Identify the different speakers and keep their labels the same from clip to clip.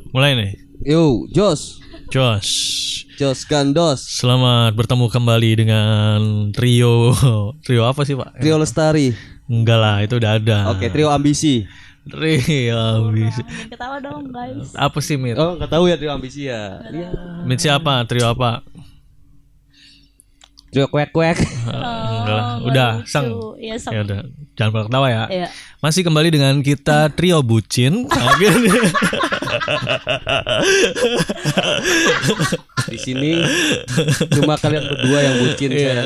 Speaker 1: Mulai nih.
Speaker 2: Yo, Jos Gandos.
Speaker 1: Selamat bertemu kembali dengan trio apa sih Pak?
Speaker 2: Trio Lestari.
Speaker 1: Enggak lah, itu udah ada.
Speaker 2: Oke, trio ambisi.
Speaker 1: Trio ambisi.
Speaker 3: Jangan ketawa dong guys.
Speaker 1: Apa sih Mit?
Speaker 2: Oh, nggak tahu ya trio ambisi ya. Iya.
Speaker 1: Mit siapa? Trio apa?
Speaker 2: Trio kuek.
Speaker 1: Enggak lah, udah sang.
Speaker 3: Iya, sang.
Speaker 1: Ya udah, jangan pernah ketawa ya.
Speaker 3: Iya.
Speaker 1: Masih kembali dengan kita trio bucin.
Speaker 2: Di sini cuma kalian berdua yang bucin saya.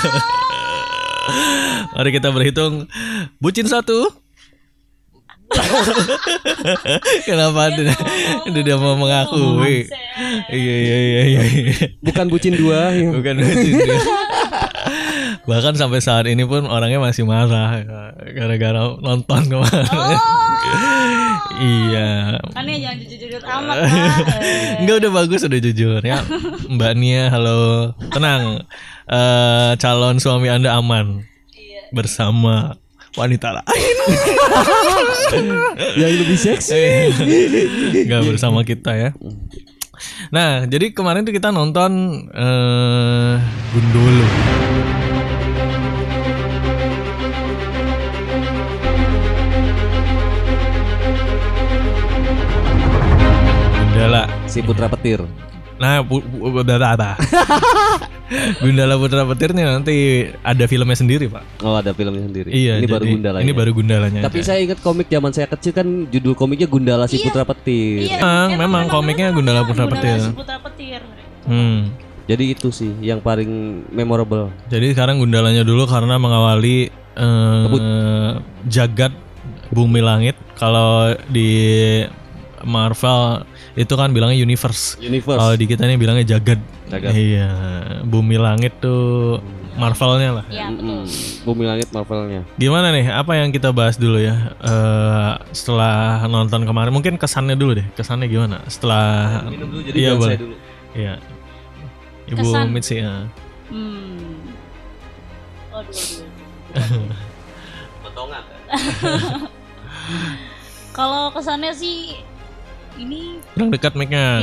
Speaker 1: Mari kita berhitung. Bucin 1. Kenapa dia mau mengakui? Iya.
Speaker 2: Bukan bucin 2.
Speaker 1: Bukan bucin 2. Bahkan sampai saat ini pun orangnya masih marah gara-gara nonton kemarin. Iya.
Speaker 3: Kan ya jangan jujur-jujur amat lah.
Speaker 1: Enggak, udah bagus, udah jujur ya. Mbak Nia, halo. Tenang. Calon suami Anda aman. Bersama wanita lain.
Speaker 2: Yang lebih seksi.
Speaker 1: Enggak bersama kita ya. Nah, jadi kemarin tuh kita nonton Gundolo. Gundala
Speaker 2: Si putra petir.
Speaker 1: Nah, Gundala Putra Petir nih nanti ada filmnya sendiri, Pak.
Speaker 2: Oh, ada filmnya sendiri.
Speaker 1: Iya,
Speaker 2: ini baru Gundala.
Speaker 1: Ini baru Gundalanya.
Speaker 2: Tapi saya ingat komik zaman saya kecil kan judul komiknya Gundala si putra petir.
Speaker 3: Iya,
Speaker 1: memang komiknya Gundala Putra Petir.
Speaker 3: Putra Petir.
Speaker 2: Jadi itu sih yang paling memorable.
Speaker 1: Jadi sekarang Gundalanya dulu karena mengawali jagat bumi langit. Kalau di Marvel itu kan bilangnya universe. Kalau di kita ini bilangnya jagat. Iya, bumi langit tuh Marvelnya lah.
Speaker 3: Iya, betul.
Speaker 2: Bumi langit Marvelnya.
Speaker 1: Gimana nih? Apa yang kita bahas dulu ya? Setelah nonton kemarin, mungkin kesannya dulu deh. Kesannya gimana? Setelah
Speaker 2: Minum dulu jadi
Speaker 1: iya, boleh.
Speaker 2: saya dulu.
Speaker 1: Iya. Ibu
Speaker 3: Kesan.
Speaker 1: Mitsi ya.
Speaker 3: Aduh.
Speaker 2: Potongan.
Speaker 3: Kalau kesannya sih ini
Speaker 1: Kurang dekat mic-nya.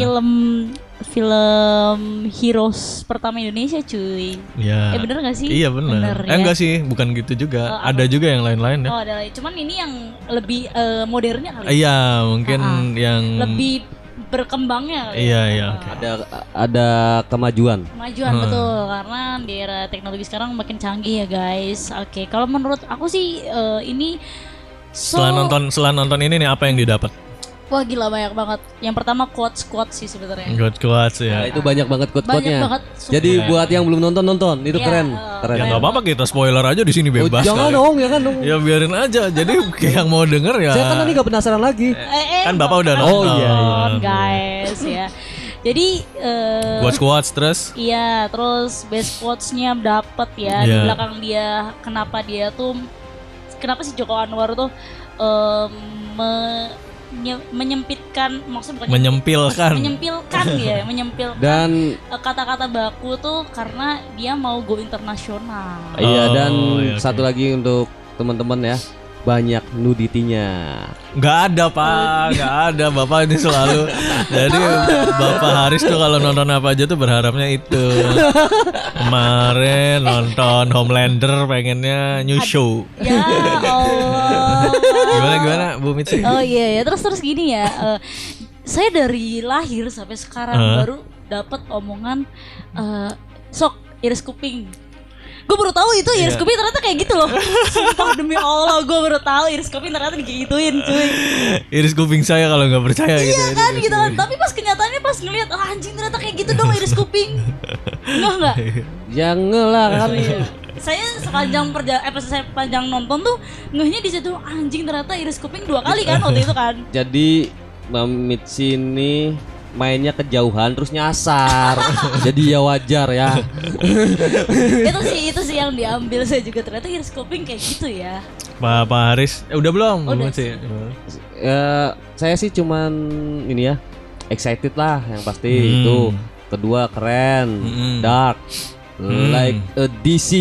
Speaker 3: film Heroes pertama Indonesia cuy.
Speaker 1: Iya.
Speaker 3: Bener gak sih?
Speaker 1: Iya bener.
Speaker 3: ya?
Speaker 1: Enggak sih, bukan gitu juga. Ada juga yang lain-lain ya.
Speaker 3: Oh, ada. Cuman ini yang lebih modernnya kali.
Speaker 1: Iya, mungkin yang
Speaker 3: Lebih berkembangnya kali.
Speaker 1: Iya.
Speaker 3: Okay.
Speaker 2: Ada kemajuan.
Speaker 3: Kemajuan betul, karena di era teknologi sekarang makin canggih ya guys. Oke, kalau menurut aku sih ini
Speaker 1: setelah nonton ini nih apa yang didapat?
Speaker 3: Wah gila, banyak banget. Yang pertama quotes sih sebenarnya.
Speaker 1: Quotes ya.
Speaker 2: Nah, itu banyak banget quote-quotenya.
Speaker 3: Banyak banget.
Speaker 2: Jadi buat yang belum nonton itu
Speaker 3: Iya,
Speaker 2: keren.
Speaker 1: Ya nggak apa-apa, kita spoiler aja di sini bebas.
Speaker 2: Jangan
Speaker 1: kali.
Speaker 2: dong.
Speaker 1: Ya biarin aja. Jadi yang mau denger ya.
Speaker 2: Saya kan tadi gak penasaran lagi.
Speaker 1: Kan Bapak udah nonton.
Speaker 2: Oh iya.
Speaker 3: Guys ya. Jadi
Speaker 1: quotes terus?
Speaker 3: Iya, terus best quotes-nya dapet ya. Di belakang dia, kenapa si Joko Anwar tuh menyempilkan
Speaker 2: dan
Speaker 3: kata-kata baku tuh karena dia mau go internasional.
Speaker 2: Iya, dan satu lagi untuk teman-teman ya, banyak nuditinya.
Speaker 1: Nggak ada Pak, nggak ada. Bapak ini selalu. Jadi Bapak Haris tuh kalau nonton apa aja tuh berharapnya itu. Kemarin nonton Homelander pengennya new show.
Speaker 3: Ya Allah.
Speaker 1: Gimana Bu Mitsi?
Speaker 3: Oh iya, terus gini ya. Saya dari lahir sampai sekarang baru dapat omongan sok iris kuping. Gue baru tahu itu iris kuping ternyata kayak gitu loh. Sumpah demi Allah, gue baru tahu iris kuping ternyata digituin cuy.
Speaker 1: Iris kuping saya kalau nggak percaya gitu.
Speaker 3: Iya kan gitu kan. Tapi pas kenyataannya pas ngelihat anjing ternyata kayak gitu dong iris kuping. Enggak.
Speaker 2: Jangan lah kan.
Speaker 3: Saya sepanjang nonton tuh ngehnya di situ anjing ternyata iris kuping 2 kali kan waktu itu kan.
Speaker 2: Jadi Mamit sini mainnya kejauhan terus nyasar. Jadi ya wajar ya.
Speaker 3: itu sih yang diambil. Saya juga ternyata iris kuping kayak gitu ya.
Speaker 1: Pak Haris, udah belum?
Speaker 3: Udah
Speaker 1: sih.
Speaker 2: Saya sih cuman ini ya, excited lah yang pasti itu. Kedua keren, dark, like a DC.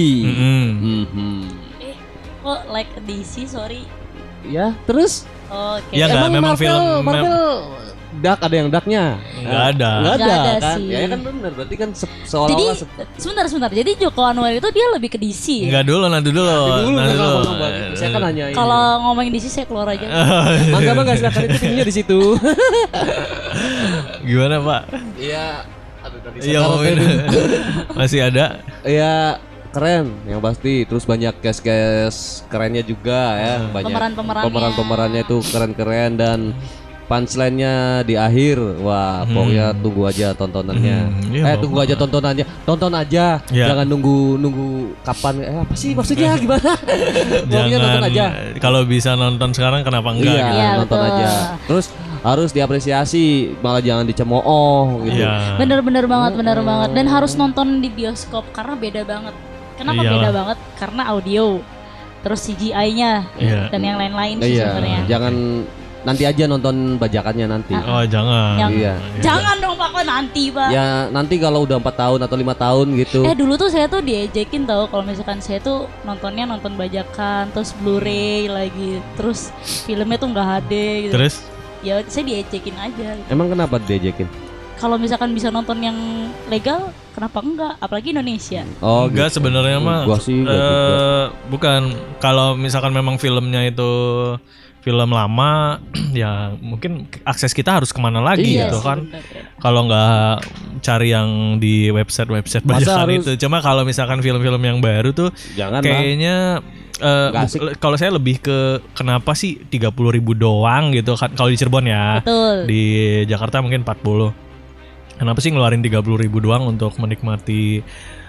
Speaker 3: Kok like a DC, sorry.
Speaker 2: Ya, terus?
Speaker 3: Oke.
Speaker 1: Ya enggak, memang
Speaker 2: Marvel ada yang darknya.
Speaker 1: Enggak ada
Speaker 2: kan?
Speaker 3: Sih.
Speaker 2: Ya kan benar, berarti kan seolah-olah.
Speaker 3: Jadi sebentar. Jadi Joko Anwar itu dia lebih ke DC.
Speaker 1: Enggak dulu, nanti dulu.
Speaker 2: Saya kan hanya
Speaker 3: kalau ngomongin DC saya keluar aja.
Speaker 2: Mangga silakan, itu timnya di situ.
Speaker 1: Gimana, Pak?
Speaker 2: Iya. Aduh, tadi
Speaker 1: iya, masih ada.
Speaker 2: Iya, keren yang pasti. Terus banyak cast kerennya juga ya. Banyak pemeran-pemerannya itu keren-keren dan punchline-nya di akhir. Wah, pokoknya tunggu aja tontonannya. Tunggu aja tontonannya. Tonton aja. Jangan nunggu kapan. Apa sih maksudnya gimana? Pokoknya nonton aja.
Speaker 1: Kalau bisa nonton sekarang kenapa enggak?
Speaker 2: Iya,
Speaker 1: gitu.
Speaker 2: nonton aja. Terus harus diapresiasi, malah jangan dicemooh gitu.
Speaker 3: Bener banget. Dan harus nonton di bioskop karena beda banget. Kenapa beda banget? Karena audio, terus CGI-nya dan yang lain-lain sih sebenarnya.
Speaker 2: Jangan nanti aja nonton bajakannya nanti.
Speaker 1: Oh jangan.
Speaker 3: Jangan dong Pak, nanti Pak.
Speaker 2: Ya nanti kalau udah 4 tahun atau 5 tahun gitu.
Speaker 3: Dulu tuh saya tuh diejekin tau kalau misalkan saya tuh nonton bajakan, terus Blu-ray lagi, terus filmnya tuh nggak HD gitu.
Speaker 1: Terus?
Speaker 3: Ya saya diejekin aja gitu.
Speaker 2: Emang kenapa diejekin?
Speaker 3: Kalau misalkan bisa nonton yang legal, kenapa enggak? Apalagi Indonesia.
Speaker 1: Oh, enggak sebenarnya mah.
Speaker 2: Gua sih
Speaker 1: bukan. Kalau misalkan memang filmnya itu film lama, ya mungkin akses kita harus kemana lagi gitu kan. Kalau nggak cari yang di website bajakan itu. Cuma kalau misalkan film-film yang baru tuh, kayaknya kalau saya lebih ke kenapa sih 30.000 doang gitu kan kalau di Cirebon ya.
Speaker 3: Betul.
Speaker 1: Di Jakarta mungkin 40. Kenapa sih ngeluarin 30.000 doang untuk menikmati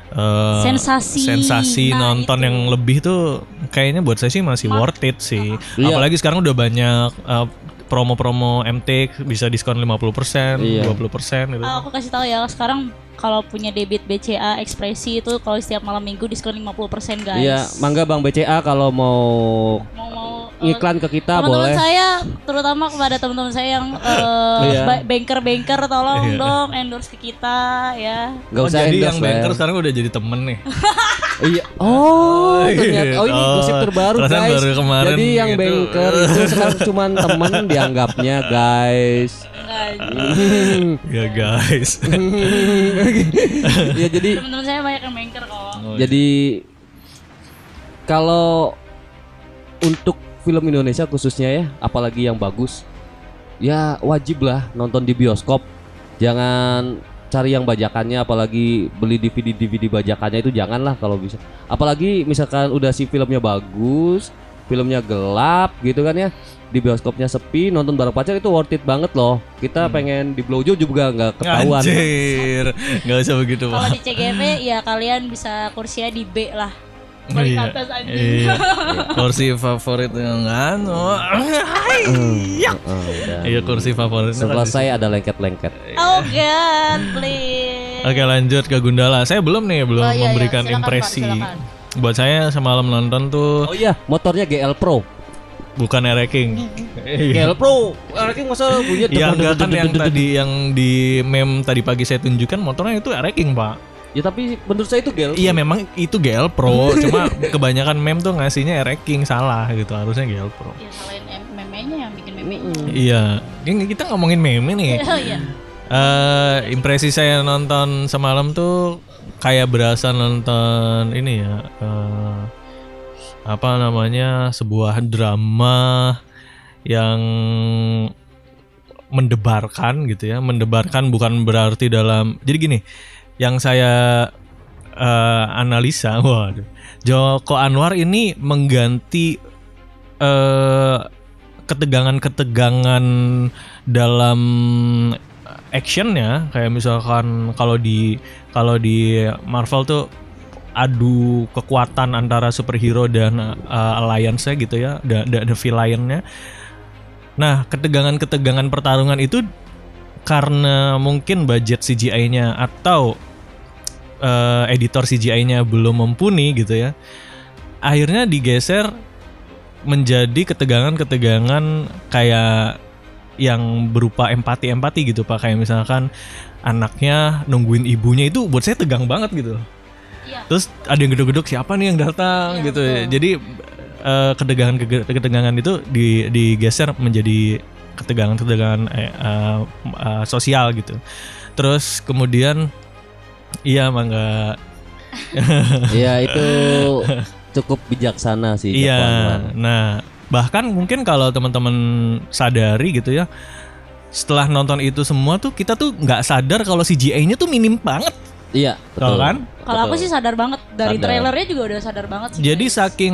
Speaker 1: sensasi nonton yang lebih tuh kayaknya buat saya sih masih worth it sih. Apalagi sekarang udah banyak promo-promo MT bisa diskon 50%, 20% gitu.
Speaker 3: Aku kasih tahu ya, sekarang kalau punya debit BCA Ekspresi itu kalau setiap malam minggu diskon 50% guys.
Speaker 2: Iya, mangga Bang BCA kalau mau iklan ke kita boleh.
Speaker 3: Teman-teman saya, terutama kepada teman-teman saya yang banker tolong dong endorse ke kita ya.
Speaker 1: Gak usah jadi yang banker sekarang udah jadi temen nih.
Speaker 2: Iya. Ternyata ini gosip terbaru guys.
Speaker 1: Baru kemarin
Speaker 2: jadi yang
Speaker 1: gitu.
Speaker 2: banker itu sekarang cuma temen dianggapnya guys.
Speaker 1: Ya guys.
Speaker 2: Ya jadi
Speaker 3: teman-teman saya banyak yang banker kok.
Speaker 2: Jadi kalau untuk film Indonesia khususnya ya, apalagi yang bagus, ya wajib lah nonton di bioskop. Jangan cari yang bajakannya, apalagi beli DVD bajakannya itu janganlah kalau bisa. Apalagi misalkan udah si filmnya bagus, filmnya gelap gitu kan ya, di bioskopnya sepi, nonton bareng pacar itu worth it banget loh. Kita pengen di blowjob juga nggak ketahuan.
Speaker 1: Anjir, nggak usah begitu Pak.
Speaker 3: Kalau di CGV ya kalian bisa kursinya di B lah. Paling atas anjing.
Speaker 1: Kursi favorit yang iya kursi favorit.
Speaker 2: Selesai ada lengket-lengket.
Speaker 3: Oh God, please.
Speaker 1: Oke lanjut ke Gundala. Saya belum memberikan
Speaker 3: silakan,
Speaker 1: impresi.
Speaker 3: Pak,
Speaker 1: buat saya semalam nonton tuh.
Speaker 2: Oh iya, motornya GL Pro.
Speaker 1: Bukan R-King.
Speaker 2: GL Pro. R-King masa punya
Speaker 1: enggak kan yang tadi yang di meme tadi pagi saya tunjukkan motornya itu R-King, Pak.
Speaker 2: Ya tapi menurut saya itu GL Pro.
Speaker 1: Iya memang itu GL Pro, cuma kebanyakan meme tuh ngasihnya R-King, salah gitu, harusnya GL Pro.
Speaker 3: Ya salahin meme-nya yang bikin meme.
Speaker 1: Iya, ini kita ngomongin meme nih.
Speaker 3: Iya.
Speaker 1: Impresi saya nonton semalam tuh kayak berasa nonton ini ya, apa namanya, sebuah drama yang mendebarkan gitu ya. Mendebarkan bukan berarti dalam, jadi gini, yang saya analisa, Joko Anwar ini mengganti ketegangan-ketegangan dalam actionnya, kayak misalkan kalau di Marvel tuh adu kekuatan antara superhero dan alliance-nya gitu ya, the villain-nya. Nah, ketegangan-ketegangan pertarungan itu karena mungkin budget CGI-nya atau editor CGI-nya belum mumpuni gitu ya, akhirnya digeser menjadi ketegangan-ketegangan kayak yang berupa empati gitu Pak. Kayak misalkan anaknya nungguin ibunya, itu buat saya tegang banget gitu. Ya. Terus ada yang geduk-geduk, siapa nih yang datang gitu. Betul. Jadi ketegangan itu digeser menjadi ketegangan sosial gitu. Terus kemudian iya Mangga.
Speaker 2: Iya itu cukup bijaksana sih.
Speaker 1: Iya. Nah, bahkan mungkin kalau teman-teman sadari gitu ya, setelah nonton itu semua tuh kita tuh nggak sadar kalau CGI-nya tuh minim banget.
Speaker 2: Iya, betul
Speaker 1: kan?
Speaker 3: Kalau aku sih sadar banget dari trailernya juga udah sadar banget sih.
Speaker 1: Jadi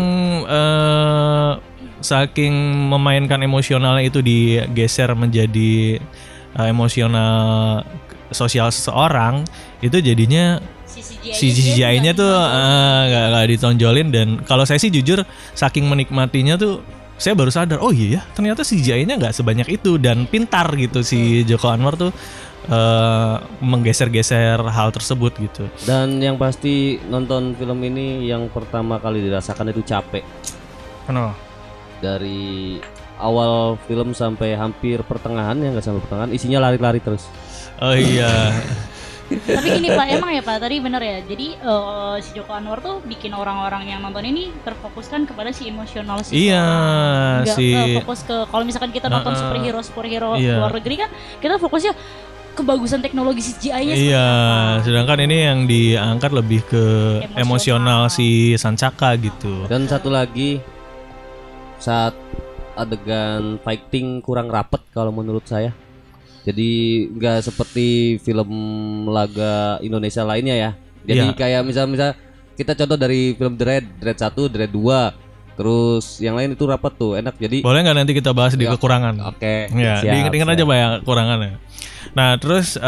Speaker 1: saking memainkan emosionalnya itu digeser menjadi emosional sosial seseorang, itu jadinya si CGI-nya tuh nggak ditonjolin. Dan kalau saya sih jujur saking menikmatinya tuh saya baru sadar, oh iya ya ternyata CGI-nya nggak sebanyak itu, dan pintar gitu si Joko Anwar tuh menggeser-geser hal tersebut gitu.
Speaker 2: Dan yang pasti nonton film ini yang pertama kali dirasakan itu capek.
Speaker 1: Kenapa?
Speaker 2: Dari awal film sampai hampir pertengahan, ya nggak sampai pertengahan, isinya lari-lari terus.
Speaker 1: Oh iya.
Speaker 3: Tapi gini Pak, emang ya Pak, tadi bener ya. Jadi si Joko Anwar tuh bikin orang-orang yang nonton ini terfokuskan kepada si emosional sih.
Speaker 1: Iya,
Speaker 3: nggak fokus ke kalau misalkan kita nonton superhero luar negeri kan, kita fokusnya kebagusan teknologi CGI-nya.
Speaker 1: Iya, sedangkan ini yang diangkat lebih ke emosional si Sancaka gitu.
Speaker 2: Dan satu lagi, saat adegan fighting kurang rapet kalau menurut saya. Jadi nggak seperti film laga Indonesia lainnya ya. Jadi kayak misal kita contoh dari film Dread 1, Dread 2, terus yang lain itu rapet tuh enak. Jadi
Speaker 1: boleh nggak nanti kita bahas di kekurangan?
Speaker 2: Oke.
Speaker 1: Ya, diingat aja Pak ya kekurangannya. Nah terus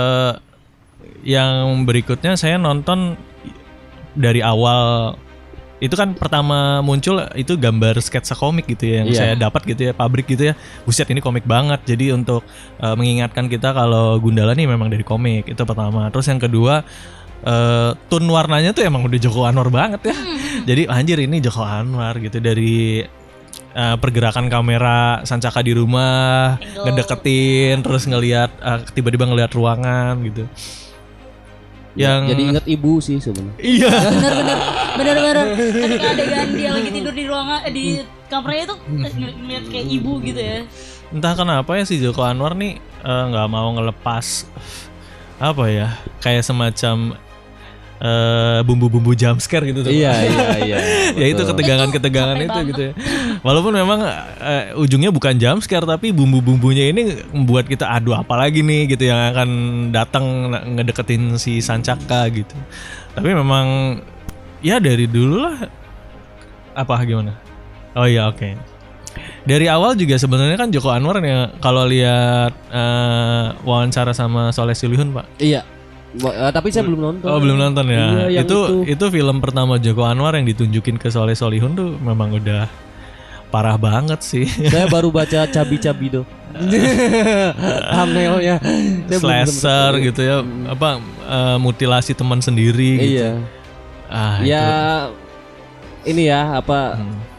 Speaker 1: yang berikutnya saya nonton dari awal. Itu kan pertama muncul itu gambar sketsa komik gitu ya yang saya dapat gitu ya, pabrik gitu ya. Buset ini komik banget. Jadi untuk mengingatkan kita kalau Gundala nih memang dari komik, itu pertama. Terus yang kedua, tone warnanya tuh emang udah Joko Anwar banget ya. Jadi anjir ini Joko Anwar gitu, dari pergerakan kamera Sancaka di rumah, ngedeketin, terus ngelihat tiba-tiba ngelihat ruangan gitu.
Speaker 2: Jadi ingat ibu sih sebenarnya.
Speaker 1: Iya.
Speaker 3: Bener. Ketika adegan dia lagi tidur di ruangan di kamarnya itu ngeliat kayak ibu gitu ya.
Speaker 1: Entah kenapa ya si Joko Anwar nih nggak mau ngelepas apa ya, kayak semacam bumbu-bumbu jumpscare gitu tuh.
Speaker 2: Iya.
Speaker 1: Ya itu ketegangan itu gitu ya. Walaupun memang ujungnya bukan jumpscare, tapi bumbu-bumbunya ini membuat kita aduh apa lagi nih gitu yang akan datang ngedeketin si Sancaka gitu. Tapi memang ya dari dulu lah apa gimana? Oh iya oke. Dari awal juga sebenarnya kan Joko Anwar ya, kalau lihat wawancara sama Soleh Solihun Pak.
Speaker 2: Iya. Tapi saya belum nonton.
Speaker 1: Oh belum nonton ya.
Speaker 2: Iya,
Speaker 1: itu film pertama Joko Anwar yang ditunjukin ke Soleh Solihun tuh memang udah parah banget sih.
Speaker 2: Saya baru baca cabi-cabi tuh. Thumbnailnya
Speaker 1: slasher gitu ya, apa mutilasi teman sendiri gitu.
Speaker 2: Iya. Ya itu. Ini ya apa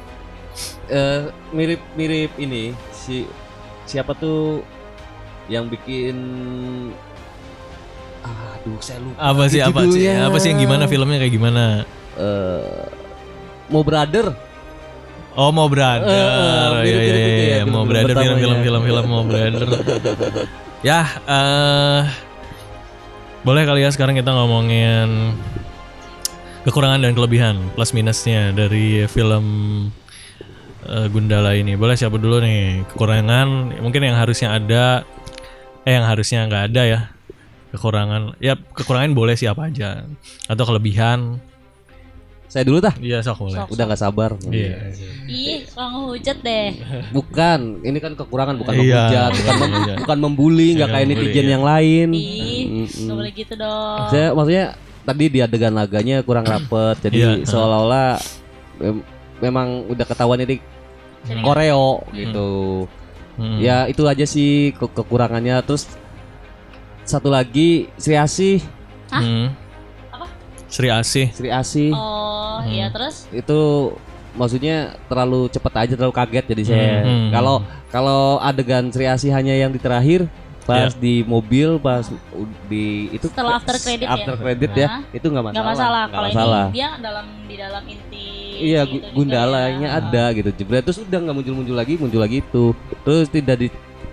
Speaker 2: mirip ini siapa tuh yang bikin aduh saya lupa.
Speaker 1: Apa sih yang gimana filmnya kayak gimana?
Speaker 2: Mo Brother.
Speaker 1: Oh Mo Brother. Iya. Mo Brother, film Mo Brother. Ya, boleh kali ya sekarang kita ngomongin kekurangan dan kelebihan, plus minusnya dari film Gundala ini. Boleh siapa dulu nih? Kekurangan mungkin yang harusnya ada, yang harusnya nggak ada ya. Kekurangan boleh siapa aja, atau kelebihan.
Speaker 2: Saya dulu dah.
Speaker 1: Iya sok boleh.
Speaker 2: Udah nggak sabar.
Speaker 1: Iya.
Speaker 3: Ih, soal ngehujat deh.
Speaker 2: Bukan, ini kan kekurangan, bukan menghujat, bukan membuli, nggak kayak netizen yang lain.
Speaker 3: Ih, nggak boleh gitu dong.
Speaker 2: Saya maksudnya tadi di adegan laganya kurang rapet, jadi seolah-olah memang udah ketahuan ini koreo gitu. Ya itu aja sih kekurangannya. Terus satu lagi Sri Asih.
Speaker 3: Apa?
Speaker 1: Sri Asih.
Speaker 3: Oh, iya terus?
Speaker 2: Itu maksudnya terlalu cepat aja, terlalu kaget jadi saya. Kalau adegan Sri Asih hanya yang di terakhir pas di mobil, pas di itu
Speaker 3: setelah after credit
Speaker 2: ya, itu nggak masalah.
Speaker 3: Nggak masalah. Kalau ini dia di dalam inti.
Speaker 2: Iya, gitu Gundalanya ada gitu. Jebret terus udah nggak muncul lagi itu. Terus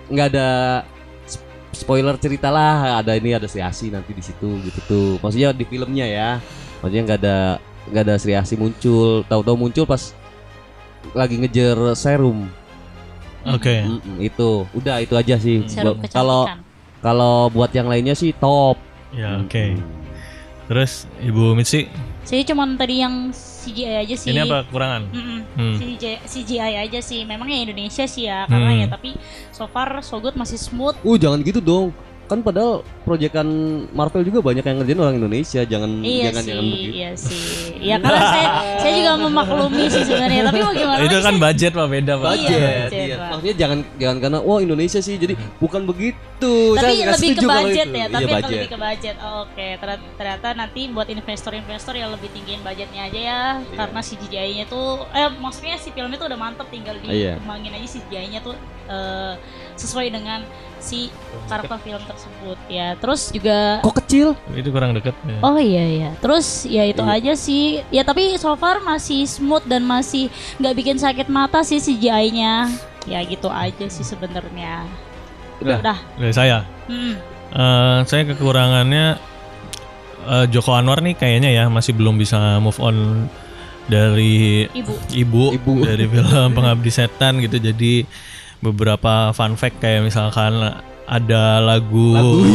Speaker 2: nggak ada spoiler cerita lah, ada Sri Asih nanti di situ gitu tuh. Maksudnya di filmnya ya. Maksudnya nggak ada Sri Asih muncul, tahu-tahu muncul pas lagi ngejar serum.
Speaker 1: Oke.
Speaker 2: Itu udah itu aja sih.
Speaker 3: Serum
Speaker 2: Kalau buat yang lainnya sih top.
Speaker 1: Ya oke. Terus Ibu Mitsi?
Speaker 3: Saya cuma tadi yang CGI aja sih.
Speaker 1: Ini apa kekurangan?
Speaker 3: CGI aja sih. Memangnya Indonesia sih ya, karena ya tapi so far so good, masih smooth.
Speaker 2: Jangan gitu dong. Kan padahal proyekan Marvel juga banyak yang ngerjain orang Indonesia. Jangan begitu.
Speaker 3: Iya sih. Ya karena saya juga memaklumi sih sebenarnya, tapi mau gimana?
Speaker 1: Itu kan budget Pak, beda Pak.
Speaker 2: Budget. Maksudnya jangan karena Indonesia sih. Jadi bukan begitu.
Speaker 3: Tapi lebih ke budget ya, tapi
Speaker 2: budget.
Speaker 3: lebih ke budget. Oke, ternyata nanti buat investor-investor yang lebih tinggiin budgetnya aja ya. Karena si CGI-nya tuh maksudnya si filmnya tuh udah mantep, tinggal dikembangin aja si CGI-nya tuh sesuai dengan si karakter film tersebut ya. Terus juga
Speaker 2: kok kecil?
Speaker 1: Itu kurang deket ya.
Speaker 3: Oh iya. Terus ya itu aja sih. Ya tapi so far masih smooth dan masih nggak bikin sakit mata sih CGI-nya. Ya gitu aja sih sebenarnya. Udah.
Speaker 1: Dari saya. Saya kekurangannya Joko Anwar nih kayaknya ya masih belum bisa move on dari ibu dari film Pengabdi Setan gitu. Jadi beberapa fun fact kayak misalkan ada lagu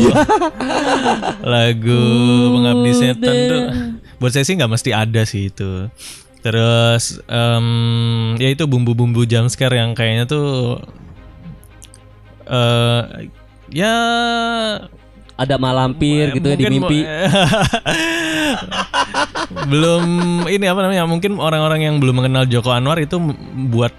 Speaker 1: Pengabdi Setan tuh buat saya sih nggak mesti ada sih itu. Terus ya itu bumbu-bumbu jump scare yang kayaknya tuh ya
Speaker 2: ada malampir gitu ya di mimpi.
Speaker 1: Belum ini apa namanya, mungkin orang-orang yang belum mengenal Joko Anwar itu buat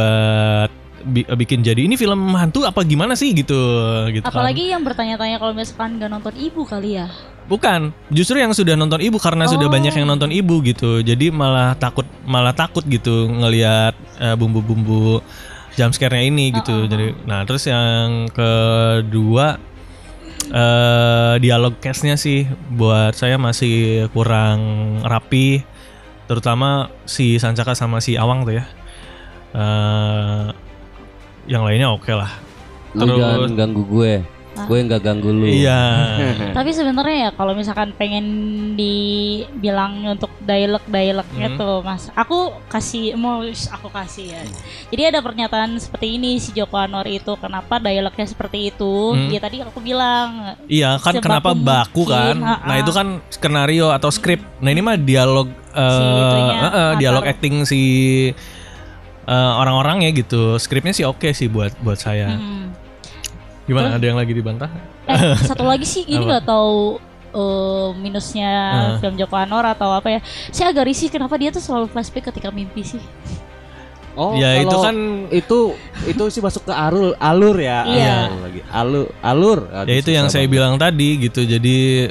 Speaker 1: bikin jadi ini film hantu apa gimana sih gitu
Speaker 3: apalagi kan yang bertanya-tanya kalau misalkan nggak nonton ibu kali ya.
Speaker 1: Bukan, justru yang sudah nonton ibu karena sudah banyak yang nonton ibu gitu, jadi malah takut gitu ngelihat bumbu-bumbu jump scare-nya ini gitu. Jadi nah terus yang kedua dialog cast-nya sih buat saya masih kurang rapi, terutama si Sancaka sama si Awang tuh ya. Yang lainnya oke lah.
Speaker 2: Lu jangan ganggu gue nggak ganggu lu.
Speaker 1: Iya.
Speaker 3: Tapi sebenarnya ya kalau misalkan pengen dibilang untuk dialog-dialognya tuh Mas, aku kasih ya. Jadi ada pernyataan seperti ini si Joko Anwar itu, kenapa dialognya seperti itu? Ya tadi aku bilang.
Speaker 1: Iya kan kenapa baku kan? Nah itu kan skenario atau skrip. Nah ini mah dialog dialog acting si orang-orangnya gitu. Skripnya sih oke sih buat saya. Gimana? Ada yang lagi dibantah?
Speaker 3: Satu lagi sih ini nggak tahu minusnya film Joko Anwar atau apa ya. Saya agak risih kenapa dia tuh selalu flashback ketika mimpi sih.
Speaker 2: Oh ya itu kan itu sih masuk ke alur ya.
Speaker 3: Iya.
Speaker 2: Alur.
Speaker 1: Ya itu yang saya bilang tadi gitu. Jadi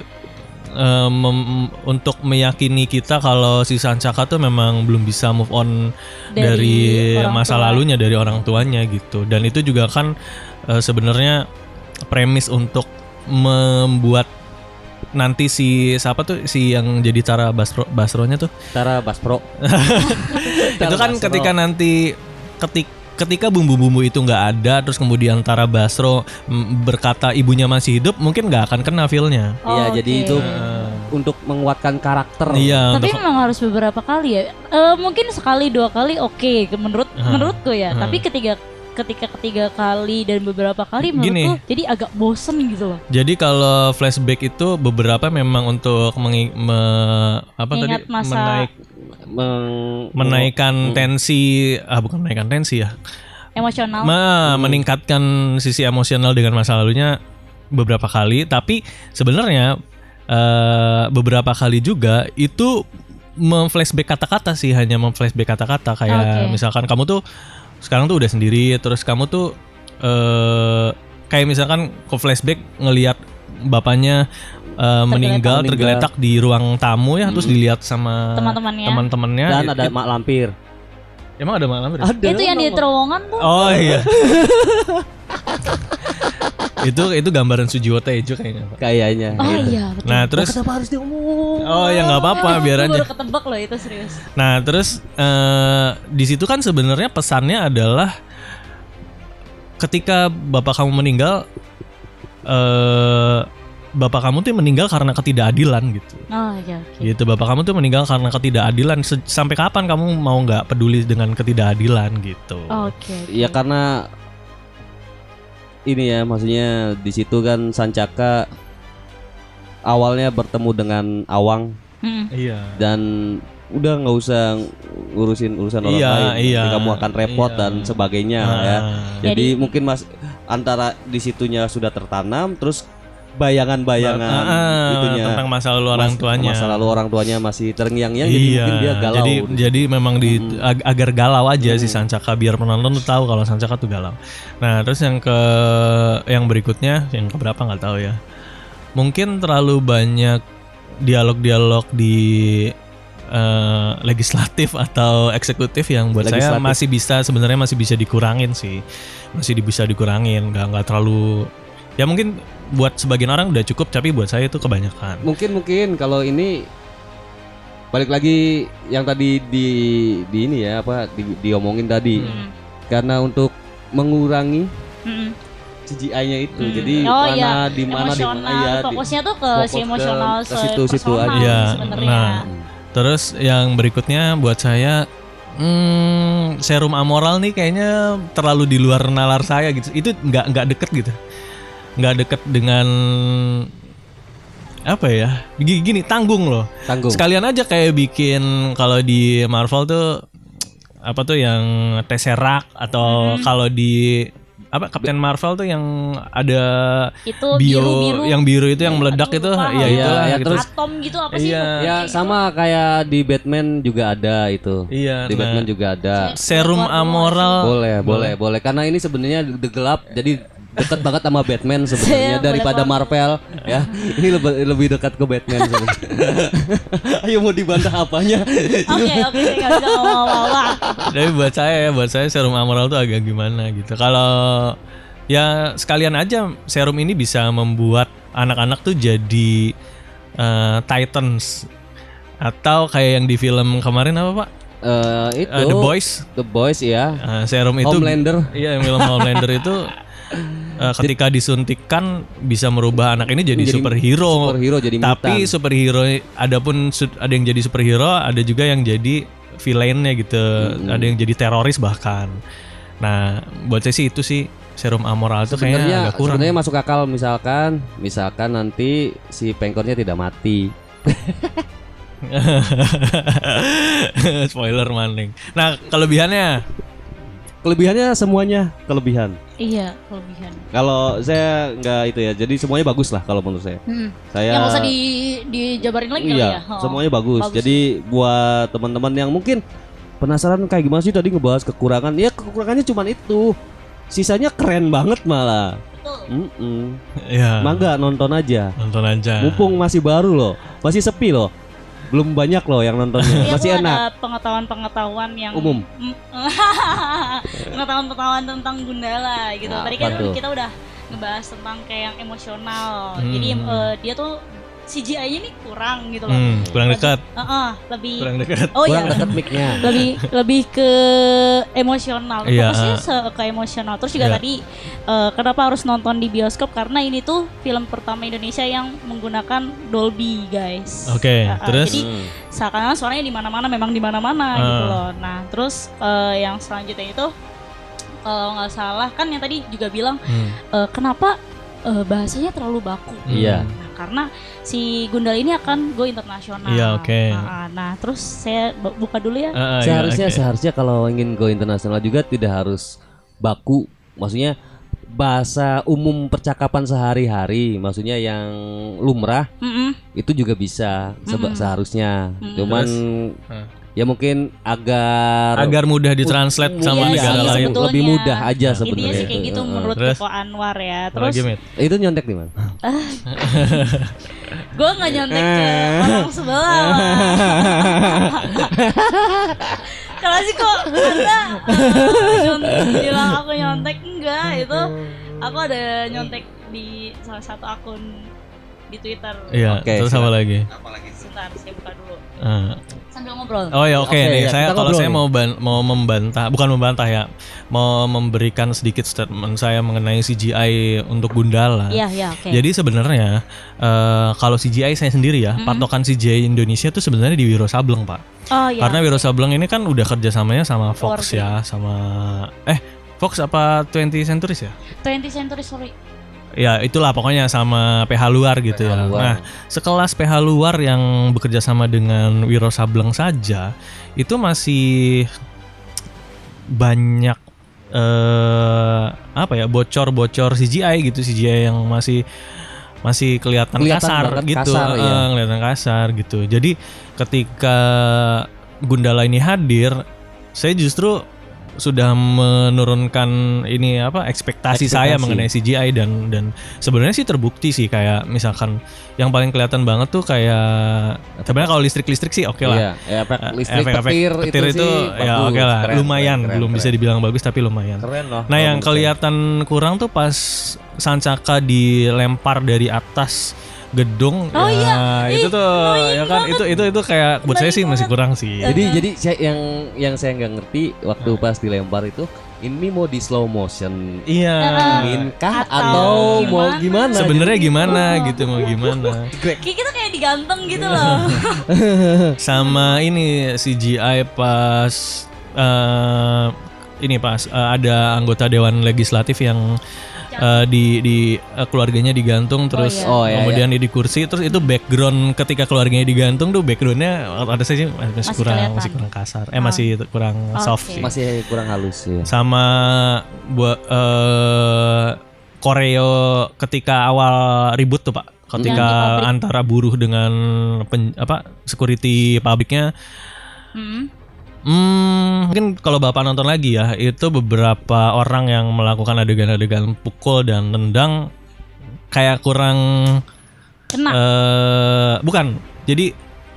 Speaker 1: untuk meyakini kita kalau si Sancaka tuh memang belum bisa move on dari masa lalunya, dari orang tuanya gitu. Dan itu juga kan sebenarnya premis untuk membuat nanti si siapa tuh si yang jadi Tara Basro-nya tuh.
Speaker 2: Tara Basro.
Speaker 1: Itu kan ketika nanti ketika bumbu-bumbu itu nggak ada, terus kemudian Tara Basro berkata ibunya masih hidup, mungkin nggak akan kena feel-nya.
Speaker 2: Iya, jadi itu untuk menguatkan karakter.
Speaker 3: Iya. Tapi memang harus beberapa kali ya. Mungkin sekali 2 kali oke menurutku ya. Tapi ketika ketiga kali dan beberapa kali menurutku jadi agak bosen gitu loh.
Speaker 1: Jadi kalau flashback itu beberapa memang untuk menaikkan tensi, bukan menaikkan tensi ya.
Speaker 3: Emosional.
Speaker 1: Meningkatkan sisi emosional dengan masa lalunya beberapa kali, tapi sebenarnya beberapa kali juga itu memflashback kata-kata sih, hanya memflashback kata-kata kayak misalkan kamu tuh sekarang tuh udah sendiri, terus kamu tuh kayak misalkan ke flashback ngelihat bapaknya meninggal tergeletak di ruang tamu ya, terus dilihat sama teman-temannya
Speaker 2: dan ada mak lampir.
Speaker 1: Emang ada mak lampir?
Speaker 3: Ada. Itu yang di terowongan tuh.
Speaker 1: Oh iya. itu gambaran Sujiwo Tejo kayaknya.
Speaker 3: Oh iya betul.
Speaker 1: Nah terus
Speaker 2: kenapa harus diomong?
Speaker 1: Oh ya nggak apa-apa biar aja.
Speaker 3: Baru ketebak loh itu, serius.
Speaker 1: Nah terus di situ kan sebenarnya pesannya adalah ketika bapak kamu meninggal, bapak kamu tuh meninggal karena ketidakadilan gitu.
Speaker 3: Oh iya. Okay.
Speaker 1: Gitu, bapak kamu tuh meninggal karena ketidakadilan. Sampai kapan kamu mau nggak peduli dengan ketidakadilan gitu?
Speaker 3: Oke.
Speaker 2: Ya karena ini ya, maksudnya di situ kan Sancaka awalnya bertemu dengan Awang.
Speaker 1: Iya.
Speaker 2: Dan udah nggak usah ngurusin urusan orang lain.
Speaker 1: Iya.
Speaker 2: Kamu akan repot dan sebagainya ya. Jadi mungkin antara di situnya sudah tertanam, terus bayangan-bayangan itunya
Speaker 1: tentang masa lalu orang tuanya.
Speaker 2: Masa lalu orang tuanya masih terngiang-ngiang, jadi mungkin dia galau.
Speaker 1: Jadi memang agar galau aja si Sancaka, biar penonton tuh tahu kalau Sancaka tuh galau. Nah, terus yang berikutnya, yang keberapa nggak tahu ya. Mungkin terlalu banyak dialog-dialog di legislatif atau eksekutif yang buat saya masih bisa dikurangin sih. Masih bisa dikurangin, nggak terlalu. Ya mungkin buat sebagian orang udah cukup, tapi buat saya itu kebanyakan.
Speaker 2: Mungkin kalau ini balik lagi yang tadi di ini ya, diomongin tadi. Karena untuk mengurangi CGI-nya itu. Jadi di mana
Speaker 3: fokusnya tuh ke si emosional,
Speaker 2: ke situ aja
Speaker 3: sebenarnya.
Speaker 1: Nah, terus yang berikutnya buat saya serum amoral nih kayaknya terlalu di luar nalar saya gitu. Itu nggak deket gitu. Nggak deket dengan apa ya, gini tanggung loh. Sekalian aja kayak bikin kalau di Marvel tuh apa tuh yang Tesseract atau kalau di Captain Marvel tuh yang ada
Speaker 3: itu biru.
Speaker 1: Yang biru itu yang meledak itu
Speaker 2: ya terus
Speaker 3: atom gitu apa sih?
Speaker 2: Ya sama gitu. Kayak di Batman juga ada itu.
Speaker 1: Iya,
Speaker 2: di Batman juga ada.
Speaker 1: Serum amoral.
Speaker 2: Boleh karena ini sebenarnya gelap, jadi dekat banget sama Batman sebenarnya daripada Marvel ya. Ini lebih dekat ke Batman sebenarnya. Ayo mau dibantah apanya?
Speaker 3: Oke, saya nggak bisa ngomong-ngomong.
Speaker 1: Tapi buat saya serum amoral tuh agak gimana gitu. Kalau ya sekalian aja serum ini bisa membuat anak-anak tuh jadi Titans, atau kayak yang di film kemarin apa Pak?
Speaker 2: Itu The Boys ya.
Speaker 1: Serum itu
Speaker 2: Homelander.
Speaker 1: Iya, film Homelander itu ketika disuntikan bisa merubah anak ini jadi superhero
Speaker 2: jadi
Speaker 1: tapi
Speaker 2: mutan.
Speaker 1: Superhero ada yang jadi superhero, ada juga yang jadi villainnya gitu. Ada yang jadi teroris bahkan. Nah, buat saya sih itu sih serum amoral itu kayaknya agak kurang.
Speaker 2: Sebenarnya masuk akal misalkan nanti si pengkornya tidak mati.
Speaker 1: Spoiler maning. Nah, kelebihannya
Speaker 2: semuanya kelebihan.
Speaker 3: Iya, kelebihan.
Speaker 2: Kalau saya nggak itu ya, jadi semuanya bagus lah kalau menurut saya. Saya
Speaker 3: yang usah dijabarin lagi kali ya.
Speaker 2: Semuanya bagus. Jadi buat teman-teman yang mungkin penasaran kayak gimana sih tadi ngebahas kekurangan, ya kekurangannya cuma itu. Sisanya keren banget malah.
Speaker 3: Betul.
Speaker 1: Ya.
Speaker 2: Mangga nonton aja. Mumpung masih baru loh, masih sepi loh. Belum banyak loh yang nontonnya. Masih enak.
Speaker 3: Ada pengetahuan yang
Speaker 2: umum.
Speaker 3: Pengetahuan tentang Gundala gitu. Tadi kan kita udah ngebahas tentang kayak yang emosional. Jadi dia tuh CGI-nya nih kurang gitu loh.
Speaker 1: Kurang dekat.
Speaker 3: Lebih
Speaker 1: kurang dekat.
Speaker 2: Kurang dekat mic-nya.
Speaker 3: lebih ke emosional. Fokusnya ke emosional. Terus juga tadi kenapa harus nonton di bioskop, karena ini tuh film pertama Indonesia yang menggunakan Dolby, guys.
Speaker 1: Oke, terus
Speaker 3: jadi seakan-akan suaranya di mana-mana, memang di mana-mana gitu loh. Nah, terus yang selanjutnya itu kalau nggak salah kan yang tadi juga bilang kenapa bahasanya terlalu baku.
Speaker 2: Iya.
Speaker 3: Karena si Gundala ini akan go internasional.
Speaker 1: Iya, oke.
Speaker 3: Nah, terus saya buka dulu ya.
Speaker 2: Seharusnya kalau ingin go internasional juga tidak harus baku. Maksudnya bahasa umum percakapan sehari-hari, maksudnya yang lumrah itu juga bisa seharusnya. Cuman ya mungkin agar
Speaker 1: mudah ditranslate sama negara lain.
Speaker 2: Lebih mudah aja sebenarnya.
Speaker 3: Intinya sih kayak gitu menurut Joko Anwar ya. Terus
Speaker 2: itu nyontek di mana?
Speaker 3: Gue nggak nyontek ke orang sebelah. Kalau sih kok Anda bilang aku nyontek, enggak, itu aku ada nyontek di salah satu akun di Twitter.
Speaker 1: Iya. Terus apa lagi?
Speaker 3: Sebentar, saya buka dulu. Sambil ngobrol.
Speaker 1: Oh ya oke nih. Saya kalau saya mau membantah, bukan membantah ya, mau memberikan sedikit statement saya mengenai CGI untuk Gundala.
Speaker 3: Iya, oke.
Speaker 1: Jadi sebenarnya kalau CGI saya sendiri ya, patokan CGI Indonesia tuh sebenarnya di Wiro Sableng, Pak.
Speaker 3: Oh iya.
Speaker 1: Karena Wiro Sableng ini kan udah kerjasamanya sama Fox ya, sama Fox apa 20th Century ya?
Speaker 3: 20th Century, sorry.
Speaker 1: Ya itulah pokoknya sama PH luar gitu ya. Nah sekelas PH luar yang bekerja sama dengan Wiro Sableng saja itu masih banyak bocor CGI gitu, CGI yang masih kelihatan kasar gitu, kelihatan kasar gitu. Jadi ketika Gundala ini hadir, saya justru sudah menurunkan ekspektasi saya mengenai CGI dan sebenarnya sih terbukti sih, kayak misalkan yang paling kelihatan banget tuh kayak sebenarnya kalau listrik sih oke lah.
Speaker 2: Iya, efek petir itu
Speaker 1: ya oke lah, lumayan, belum bisa dibilang bagus tapi lumayan.
Speaker 2: Keren loh.
Speaker 1: Nah yang kelihatan kurang tuh pas Sancaka dilempar dari atas gedung, itu tuh ya kan itu kayak buat saya sih masih kurang sih.
Speaker 2: Jadi yang saya nggak ngerti waktu pas dilempar itu, ini mau di slow motion, minkah atau mau gimana?
Speaker 1: Sebenarnya gimana gitu, mau gimana?
Speaker 3: Kita kayak digantung gitu loh.
Speaker 1: Sama ini CGI pas ada anggota Dewan Legislatif yang di keluarganya digantung terus kemudian di kursi, terus itu background ketika keluarganya digantung tuh backgroundnya ada saya sih masih kurang kasar, masih kurang soft sih,
Speaker 2: masih kurang halus ya.
Speaker 1: Sama buat koreo ketika awal ribut tuh Pak, ketika antara buruh dengan security pabriknya. Mungkin kalau Bapak nonton lagi ya, itu beberapa orang yang melakukan adegan-adegan pukul dan tendang kayak kurang
Speaker 3: kena.
Speaker 1: Bukan. Jadi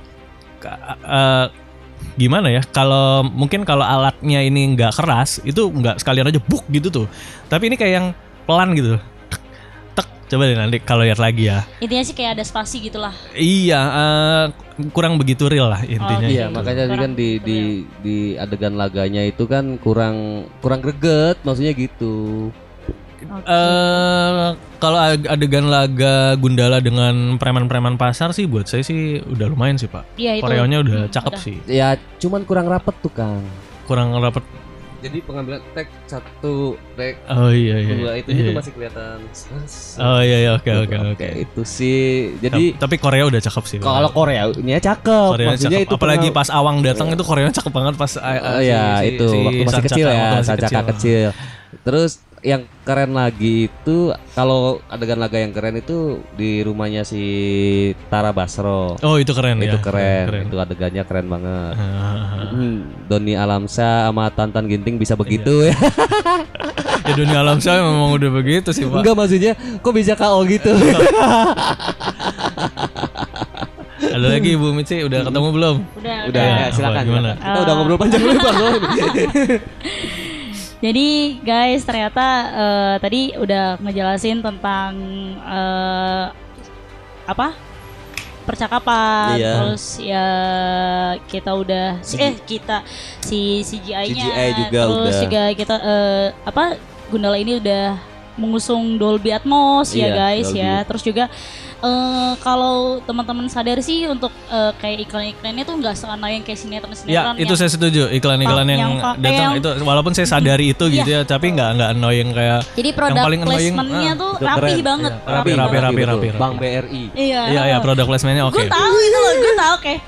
Speaker 1: gimana ya? Kalau alatnya ini nggak keras, itu nggak sekalian aja buk gitu tuh. Tapi ini kayak yang pelan gitu. Coba deh nanti kalau lihat lagi ya.
Speaker 3: Intinya sih kayak ada spasi gitulah.
Speaker 1: Iya, kurang begitu real lah intinya.
Speaker 2: Iya, makanya kan di adegan laganya itu kan kurang greget, maksudnya gitu.
Speaker 1: Kalau adegan laga Gundala dengan preman-preman pasar sih buat saya sih udah lumayan sih Pak.
Speaker 3: Iya,
Speaker 1: koreonya udah cakep sih.
Speaker 2: Ya, cuman kurang rapet tuh Kang.
Speaker 1: Kurang rapet.
Speaker 2: Jadi pengambilan take 1, take 2 itu masih kelihatan.
Speaker 1: Oh iya oke.
Speaker 2: Itu sih. Jadi
Speaker 1: tapi Korea udah cakep sih.
Speaker 2: Kalau Koreanya cakep. Maksudnya
Speaker 1: cakep. Itu apalagi pas Awang datang itu Koreanya cakep banget pas
Speaker 2: itu waktu masih kecil ya, Sancaka kecil. Terus yang keren lagi itu kalau adegan laga yang keren itu di rumahnya si Tara Basro.
Speaker 1: Oh itu keren
Speaker 2: ya. Itu
Speaker 1: keren.
Speaker 2: Itu adegannya keren banget. Doni Alamsyah sama Tantan Ginting bisa begitu ya.
Speaker 1: Ya Doni Alamsyah memang udah begitu sih Pak.
Speaker 2: Enggak, maksudnya kok bisa KO gitu.
Speaker 1: Ada lagi Bu Mitsi, udah ketemu belum?
Speaker 3: Udah
Speaker 2: ya, silakan. Gimana? Kita udah ngobrol panjang lebar loh.
Speaker 3: Jadi guys, ternyata tadi udah ngejelasin tentang percakapan, terus ya kita udah si CGI-nya,
Speaker 2: CGI juga
Speaker 3: terus juga kita Gundala ini udah mengusung Dolby Atmos ya guys Dolby. Ya, terus juga kalau teman-teman sadar sih untuk kayak iklan-iklannya tuh nggak seannoying kayak sinetron-sinetron.
Speaker 1: Ya itu saya setuju, iklan-iklan yang datang itu walaupun saya sadari itu gitu ya, tapi nggak annoying kayak.
Speaker 3: Jadi produk placement-nya tuh rapih banget,
Speaker 1: rapi.
Speaker 2: Bank BRI.
Speaker 3: Iya,
Speaker 1: produk placement-nya oke.
Speaker 3: Gue tahu itu loh, gue tahu kayak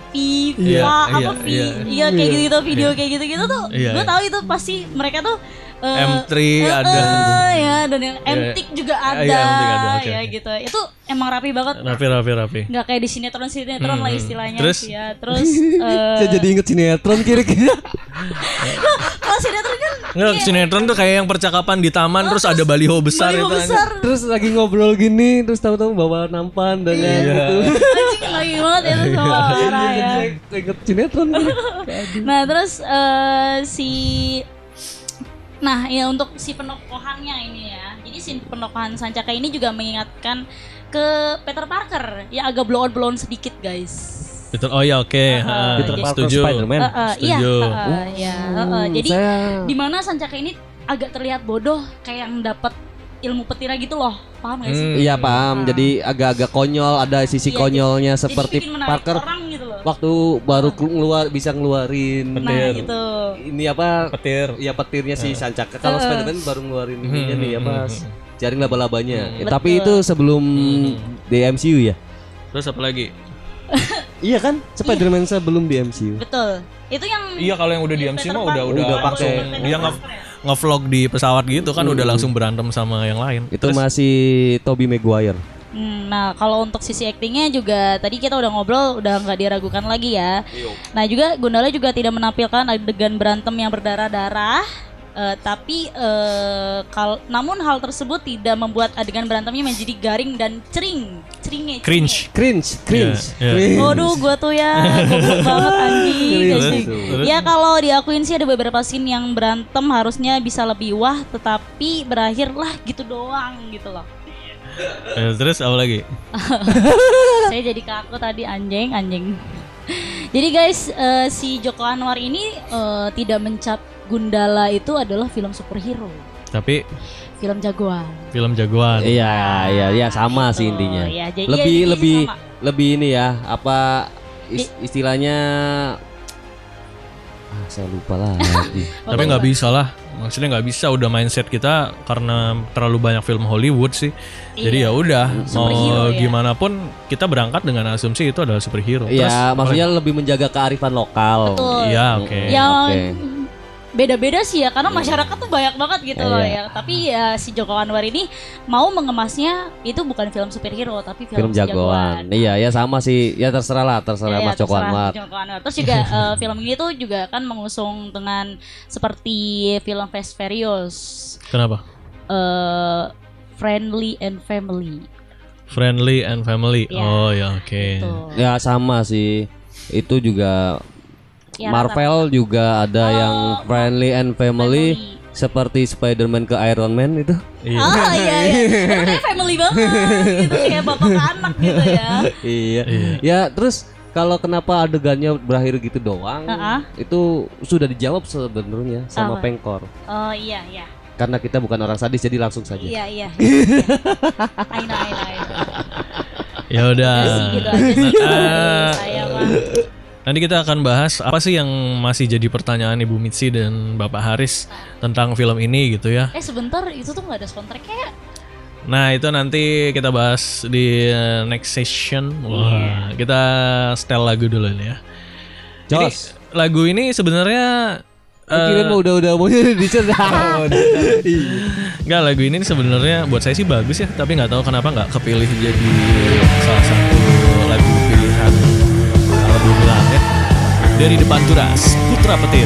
Speaker 3: kayak gitu-gitu video kayak gitu-gitu tuh. Gue tahu itu pasti mereka tuh
Speaker 1: M3 ada
Speaker 3: ya, dan yang M-Tik juga ada ya gitu. Itu emang rapi banget.
Speaker 1: Rapi.
Speaker 3: Nggak kayak di sinetron lah istilahnya.
Speaker 1: Terus?
Speaker 3: Sih ya. Terus
Speaker 2: saya jadi inget sinetron kira-kira.
Speaker 3: Kalau sinetron kan
Speaker 1: sinetron tuh kayak yang percakapan di taman terus ada baliho besar itu.
Speaker 2: Terus lagi ngobrol gini terus tahu-tahu bawa nampan dengan gitu.
Speaker 3: Anjing lagi banget itu sama orang ya.
Speaker 2: Inget sinetron.
Speaker 3: Nah, terus Nah ya untuk si penokohannya ini ya. Jadi si penokohan Sancaka ini juga mengingatkan ke Peter Parker yang agak blow on sedikit guys.
Speaker 1: Betul. Oh ya oke.
Speaker 2: Peter Parker
Speaker 1: Setuju.
Speaker 2: Spider-Man.
Speaker 1: Setuju.
Speaker 3: Jadi di mana Sancaka ini agak terlihat bodoh kayak yang dapat ilmu petirnya gitu loh. Paham gak sih?
Speaker 2: Iya paham. Jadi agak-agak konyol, ada sisi konyolnya
Speaker 3: jadi
Speaker 2: seperti Parker
Speaker 3: gitu loh.
Speaker 2: waktu baru bisa ngeluarin
Speaker 3: petir. Gitu.
Speaker 2: Ini apa?
Speaker 1: Petir.
Speaker 2: Iya petirnya si Sancaka. Kalau Spider-Man baru ngeluarin ininya nih apa? Jaring laba-labanya. Tapi itu sebelum di MCU ya.
Speaker 1: Terus apa lagi?
Speaker 2: Iya kan? Spider-Man sebelum di MCU.
Speaker 3: Betul. Itu yang
Speaker 1: Iya kalau yang udah di MCU mah udah
Speaker 2: pakai.
Speaker 1: Dia nge-vlog di pesawat gitu kan udah langsung berantem sama yang lain.
Speaker 2: Itu masih Tobey Maguire.
Speaker 3: Nah kalau untuk sisi aktingnya juga tadi kita udah ngobrol udah nggak diragukan lagi ya. Nah juga Gundala juga tidak menampilkan adegan berantem yang berdarah-darah. Tapi namun hal tersebut tidak membuat adegan berantemnya menjadi garing dan cringe. Waduh gue tuh ya goblok banget anjing. Ya kalau diakuin sih ada beberapa scene yang berantem harusnya bisa lebih wah, tetapi berakhirlah gitu doang gitu loh.
Speaker 1: Terus apa lagi?
Speaker 3: Saya jadi kaku tadi anjing. Jadi guys si Joko Anwar ini tidak mencap Gundala itu adalah film superhero.
Speaker 1: Tapi
Speaker 3: film jagoan.
Speaker 2: Iya sama sih intinya.
Speaker 3: Ya,
Speaker 2: lebih ini ya, apa istilahnya saya lupa lagi.
Speaker 1: Tapi nggak bisa lah. Maksudnya nggak bisa, udah mindset kita karena terlalu banyak film Hollywood sih. Jadi ya udah mau gimana pun kita berangkat dengan asumsi itu adalah superhero.
Speaker 2: Iya, maksudnya lebih menjaga kearifan lokal.
Speaker 1: Iya, oke.
Speaker 3: Beda-beda sih ya karena masyarakat tuh banyak banget gitu loh ya. Tapi ya si Joko Anwar ini mau mengemasnya itu bukan film superhero tapi film jagoan.
Speaker 2: Iya ya sama sih. Ya terserah Mas Joko Anwar.
Speaker 3: Terus juga film ini tuh juga kan mengusung dengan seperti film Fast Furious.
Speaker 1: Kenapa?
Speaker 3: Friendly and family.
Speaker 1: Ya, oh ya oke.
Speaker 2: Ya sama sih. Itu juga ya, Marvel juga ada yang friendly and family. Seperti Spider-Man ke Iron Man itu.
Speaker 3: Iya. Kayak family banget gitu, kayak bapak ke anak gitu ya.
Speaker 2: Iya. Ya terus kalau kenapa adegannya berakhir gitu doang, itu sudah dijawab sebenarnya sama Pengkor.
Speaker 3: Oh iya.
Speaker 2: Karena kita bukan orang sadis jadi langsung saja.
Speaker 3: Iya. Aina.
Speaker 1: Ya udah.
Speaker 3: Gitu aja saya mah.
Speaker 1: Nanti kita akan bahas apa sih yang masih jadi pertanyaan Ibu Mitsi dan Bapak Haris tentang film ini gitu ya.
Speaker 3: Sebentar, itu tuh gak ada soundtracknya.
Speaker 1: Nah itu nanti kita bahas di next session. Wah, kita setel lagu dulu nih ya. Jadi lagu ini sebenarnya
Speaker 2: kira udah mau diceritakan.
Speaker 1: Enggak, lagu ini sebenarnya buat saya sih bagus ya, tapi nggak tahu kenapa nggak kepilih jadi salah satu lagu pilihan album Langit dari Depan Turas, Putra Petir.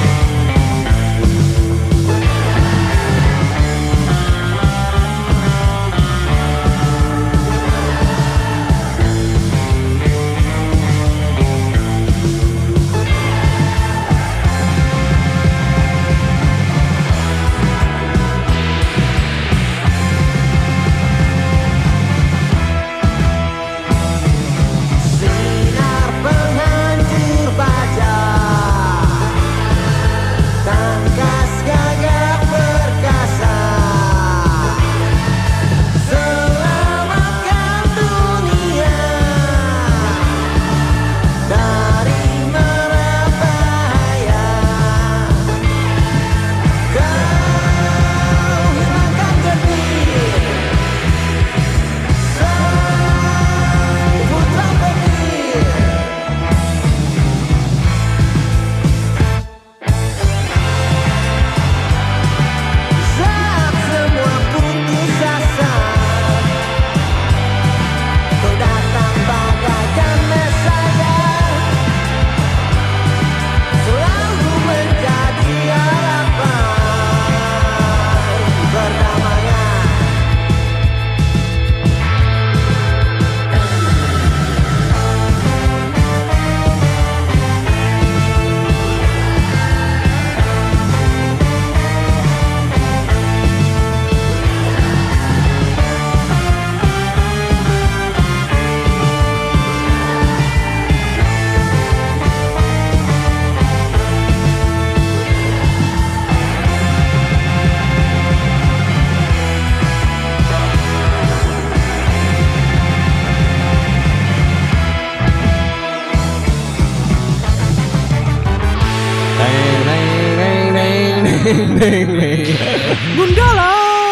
Speaker 1: Gundala.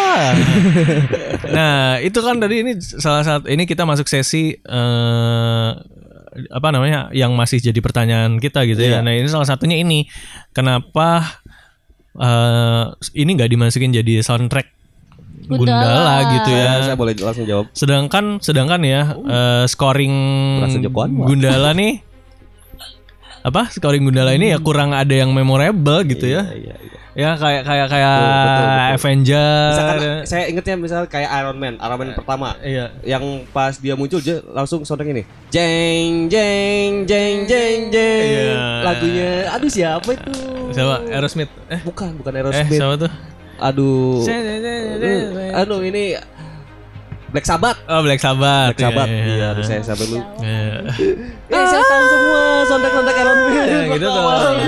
Speaker 1: Nah, itu kan tadi ini salah satu, ini kita masuk sesi apa namanya yang masih jadi pertanyaan kita gitu ya. Nah, ini salah satunya ini. Kenapa ini enggak dimasukin jadi soundtrack Gundala gitu ya.
Speaker 2: Saya boleh langsung jawab.
Speaker 1: Sedangkan ya scoring Gundala nih scoring Gundala ini ya kurang ada yang memorable gitu ya. Ya kayak betul. Avengers.
Speaker 2: Misalkan saya ingetnya misal kayak Iron Man pertama. Yang pas dia muncul langsung soundtrack ini. Jeng jeng jeng jeng jeng. Lagunya aduh siapa itu?
Speaker 1: Siapa? Aerosmith.
Speaker 2: Bukan Aerosmith.
Speaker 1: Siapa tuh?
Speaker 2: Aduh ini Black Sabbath.
Speaker 1: Oh, Black Sabbath.
Speaker 2: Iya, saya sampai lu. Saya tahu semua soundtrack Iron Man.
Speaker 1: Ya, gitu tuh.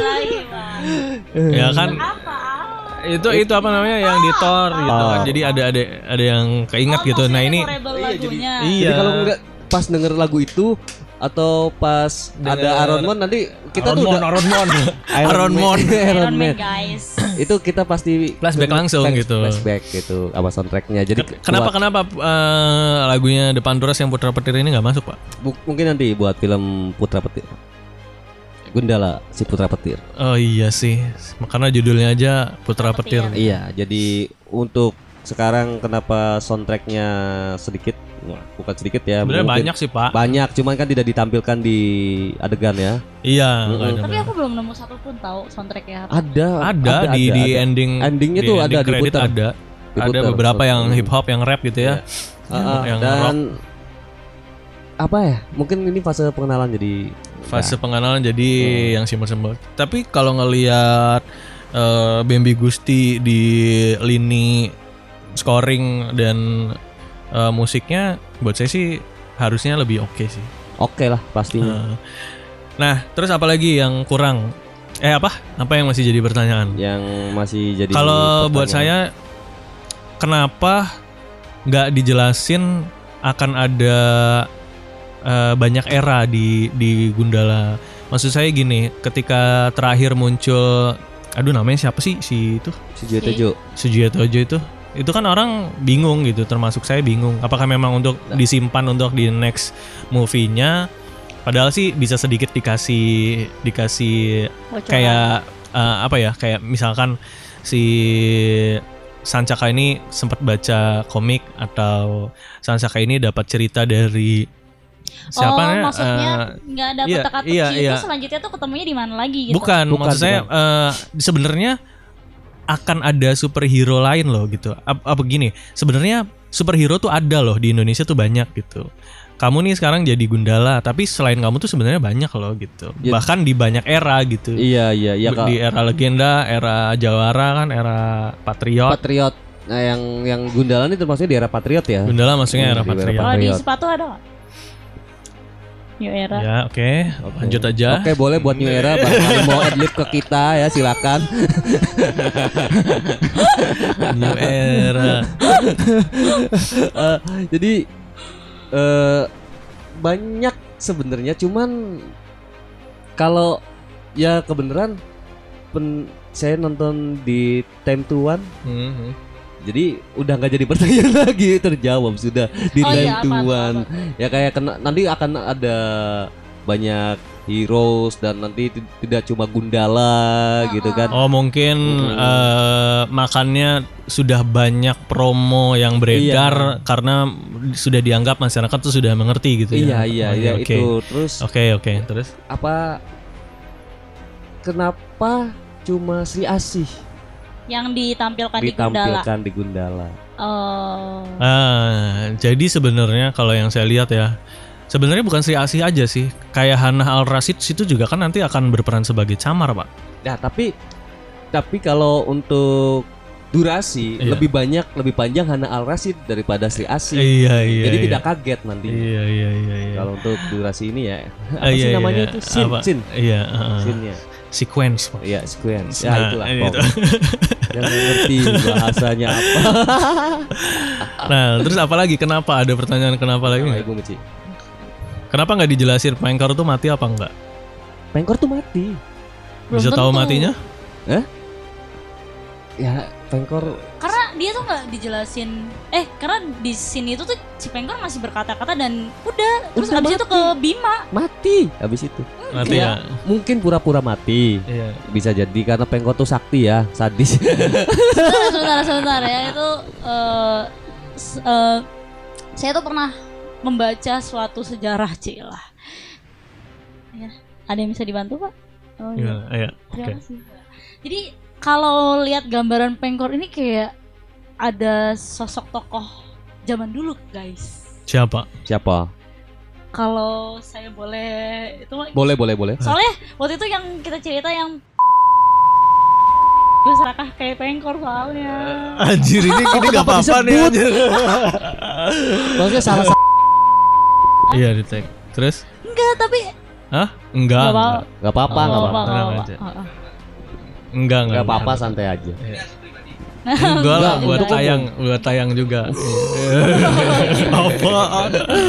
Speaker 1: Ya kan. Itu apa namanya yang di Thor gitu kan. Jadi ada yang keinget gitu. Nah, ini
Speaker 3: jadi
Speaker 2: kalau enggak pas denger lagu itu atau pas ada Iron Man nanti kita tuh udah
Speaker 1: Iron Man
Speaker 3: guys.
Speaker 2: Itu kita pasti
Speaker 1: flashback langsung gitu.
Speaker 2: Flashback gitu sama soundtracknya. Jadi
Speaker 1: kenapa lagunya The Pandoras yang Putra Petir ini nggak masuk, Pak?
Speaker 2: Mungkin nanti buat film Putra Petir. Gundala si Putra Petir.
Speaker 1: Oh iya sih. Karena judulnya aja Putra Petir.
Speaker 2: Iya, jadi untuk sekarang kenapa soundtracknya sedikit? Wah, bukan sedikit ya.
Speaker 1: Sebenarnya banyak sih, Pak.
Speaker 2: Banyak, cuman kan tidak ditampilkan di adegan ya.
Speaker 1: Iya.
Speaker 3: Tapi aku belum nemu satu pun tahu soundtracknya.
Speaker 1: Ada di endingnya
Speaker 2: tuh ada
Speaker 1: diputar. Ada beberapa yang hip hop, yang rap gitu ya.
Speaker 2: Yang dan rock. Apa ya? Mungkin ini fase pengenalan jadi. Yang simpel-simpel. Tapi kalau ngelihat Bambi Gusti di lini scoring dan musiknya buat saya sih harusnya lebih oke sih. Oke lah pastinya. Nah, terus apa lagi yang kurang? Apa yang masih jadi pertanyaan? Yang masih jadi kalau buat saya kenapa nggak dijelasin akan ada banyak era di Gundala. Maksud saya gini, ketika terakhir muncul namanya siapa sih si itu? Sujiyo Tejo itu kan orang bingung gitu, termasuk saya bingung. Apakah memang untuk disimpan untuk di next movie-nya? Padahal sih bisa sedikit dikasih kayak kayak misalkan si Sancaka ini sempat baca komik atau Sancaka ini dapat cerita dari siapa
Speaker 3: maksudnya nggak ada teka-teki itu selanjutnya tuh ketemunya di mana lagi gitu? Bukan
Speaker 1: maksud saya sebenarnya akan ada superhero lain loh gitu. Apa gini, sebenarnya superhero tuh ada loh di Indonesia tuh banyak gitu. Kamu nih sekarang jadi Gundala, tapi selain kamu tuh sebenarnya banyak loh gitu. Bahkan di banyak era gitu. Iya di era legenda, era Jawara kan, era Patriot. Nah yang Gundala ini termasuknya di era Patriot ya. Gundala maksudnya era Patriot.
Speaker 3: Kalau di sepatu ada nggak? New Era.
Speaker 1: Ya oke. Lanjut aja.
Speaker 2: Oke, boleh buat New Era Bang mau adlib ke kita ya silakan.
Speaker 1: New Era.
Speaker 2: Jadi banyak sebenarnya, cuman kalau ya kebenaran saya nonton di Time to One. Jadi udah nggak jadi pertanyaan lagi, terjawab sudah di Time to One. Ya kayak nanti akan ada banyak heroes dan nanti tidak cuma Gundala gitu kan.
Speaker 1: Oh mungkin makanya sudah banyak promo yang beredar karena sudah dianggap masyarakat tuh sudah mengerti gitu ya.
Speaker 2: Iya itu. Terus
Speaker 1: Oke, terus
Speaker 2: kenapa cuma Sri Asih
Speaker 3: yang ditampilkan
Speaker 2: di Gundala.
Speaker 3: Oh.
Speaker 1: Jadi sebenarnya kalau yang saya lihat ya, sebenarnya bukan Sri Asih aja sih. Kayak Hana Al-Rashid situ juga kan nanti akan berperan sebagai Camar, Pak.
Speaker 2: Ya, tapi kalau untuk durasi lebih panjang Hana Al-Rashid daripada Sri Asih. Jadi tidak kaget nanti. Kalau untuk durasi ini ya. Apa sih namanya itu? Scene. Scene-nya.
Speaker 1: Sequence.
Speaker 2: Iya, sequence. Ya itulah. Yang ngerti bahasanya apa.
Speaker 1: Nah, terus apa lagi? Kenapa ada pertanyaan kenapa lagi?
Speaker 2: Ibu Mici.
Speaker 1: Kenapa nggak dijelasin Pengkor tuh mati apa enggak?
Speaker 2: Pengkor tuh mati.
Speaker 1: Bisa tahu matinya?
Speaker 2: Ya Pengkor
Speaker 3: karena dia tuh nggak dijelasin. Karena di sini itu tuh si Pengkor masih berkata-kata dan udah terus
Speaker 2: Udah
Speaker 3: habis
Speaker 2: mati.
Speaker 3: itu ke Bima.
Speaker 2: mati habis itu.
Speaker 1: Mati ya.
Speaker 2: Mungkin pura-pura mati.
Speaker 1: Iya.
Speaker 2: Bisa jadi karena Pengkor tuh sakti ya, sadis.
Speaker 3: Sebentar ya itu saya tuh pernah membaca suatu sejarah Cila. Ya, ada yang bisa dibantu Pak? Oh iya.
Speaker 1: Iya.
Speaker 3: Terima
Speaker 1: Oke.
Speaker 3: kasih. Jadi kalau lihat gambaran Pengkor ini kayak ada sosok tokoh zaman dulu guys.
Speaker 1: Siapa?
Speaker 2: Siapa?
Speaker 3: Kalau saya boleh itu
Speaker 2: Boleh.
Speaker 3: soalnya waktu itu yang kita cerita yang gue serakah kayak Pengkor soalnya.
Speaker 1: Anjir ini enggak apa-apa nih
Speaker 2: disebut?
Speaker 1: anjir.
Speaker 2: Maksudnya salah
Speaker 1: Iya di tag. Terus?
Speaker 3: Enggak tapi
Speaker 1: Hah? Enggak.
Speaker 2: Enggak apa-apa.
Speaker 1: Tenang aja. Enggak
Speaker 2: Enggak apa-apa, santai aja.
Speaker 1: Enggak lah
Speaker 2: Enggak.
Speaker 1: buat tayang juga. Apaan?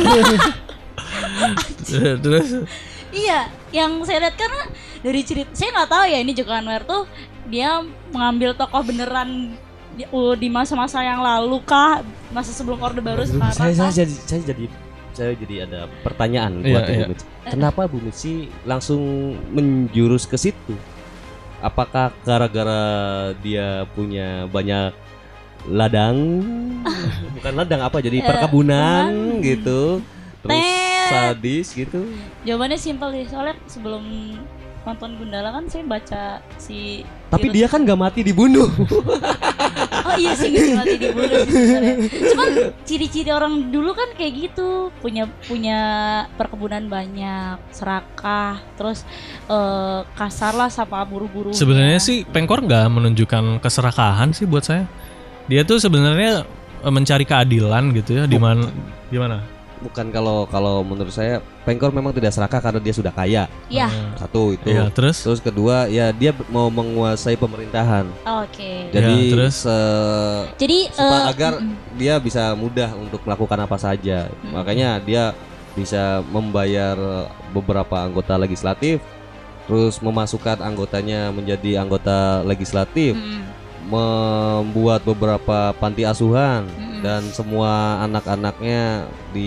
Speaker 1: Terus
Speaker 3: Iya, yang saya lihat karena dari cerita saya nggak tahu ya ini Joko Anwar tuh dia mengambil tokoh beneran di masa-masa yang lalu kah, masa sebelum Orde Baru sekarang.
Speaker 2: Saya jadi ada pertanyaan
Speaker 1: Iya,
Speaker 2: buat
Speaker 1: iya.
Speaker 2: Bu Mici. Kenapa Bu Mici langsung menjurus ke situ? Apakah gara-gara dia punya banyak ladang? Bukan ladang apa? Jadi perkebunan gitu. Terus sadis gitu.
Speaker 3: Jawabannya simpel sih, soalnya sebelum nonton Gundala kan saya baca si
Speaker 2: Tapi dia kan gak mati dibunuh.
Speaker 3: Oh iya sih nggak mati dibunuh sih sebenarnya. Cuman ciri-ciri orang dulu kan kayak gitu, punya perkebunan banyak, serakah, terus kasar lah sama buru-buru.
Speaker 1: sebenarnya sih Pengkor nggak menunjukkan keserakahan sih buat saya. Dia tuh sebenarnya mencari keadilan gitu ya. Di mana gimana?
Speaker 2: Bukan kalau menurut saya Pengkor memang tidak serakah karena dia sudah kaya.
Speaker 3: Iya.
Speaker 2: Satu itu.
Speaker 1: Iya, terus?
Speaker 2: Terus kedua ya dia mau menguasai pemerintahan.
Speaker 3: Oke.
Speaker 2: Jadi
Speaker 1: Ya, terus?
Speaker 3: Jadi
Speaker 2: agar dia bisa mudah untuk melakukan apa saja. Makanya dia bisa membayar beberapa anggota legislatif, terus memasukkan anggotanya menjadi anggota legislatif, membuat beberapa panti asuhan dan semua anak-anaknya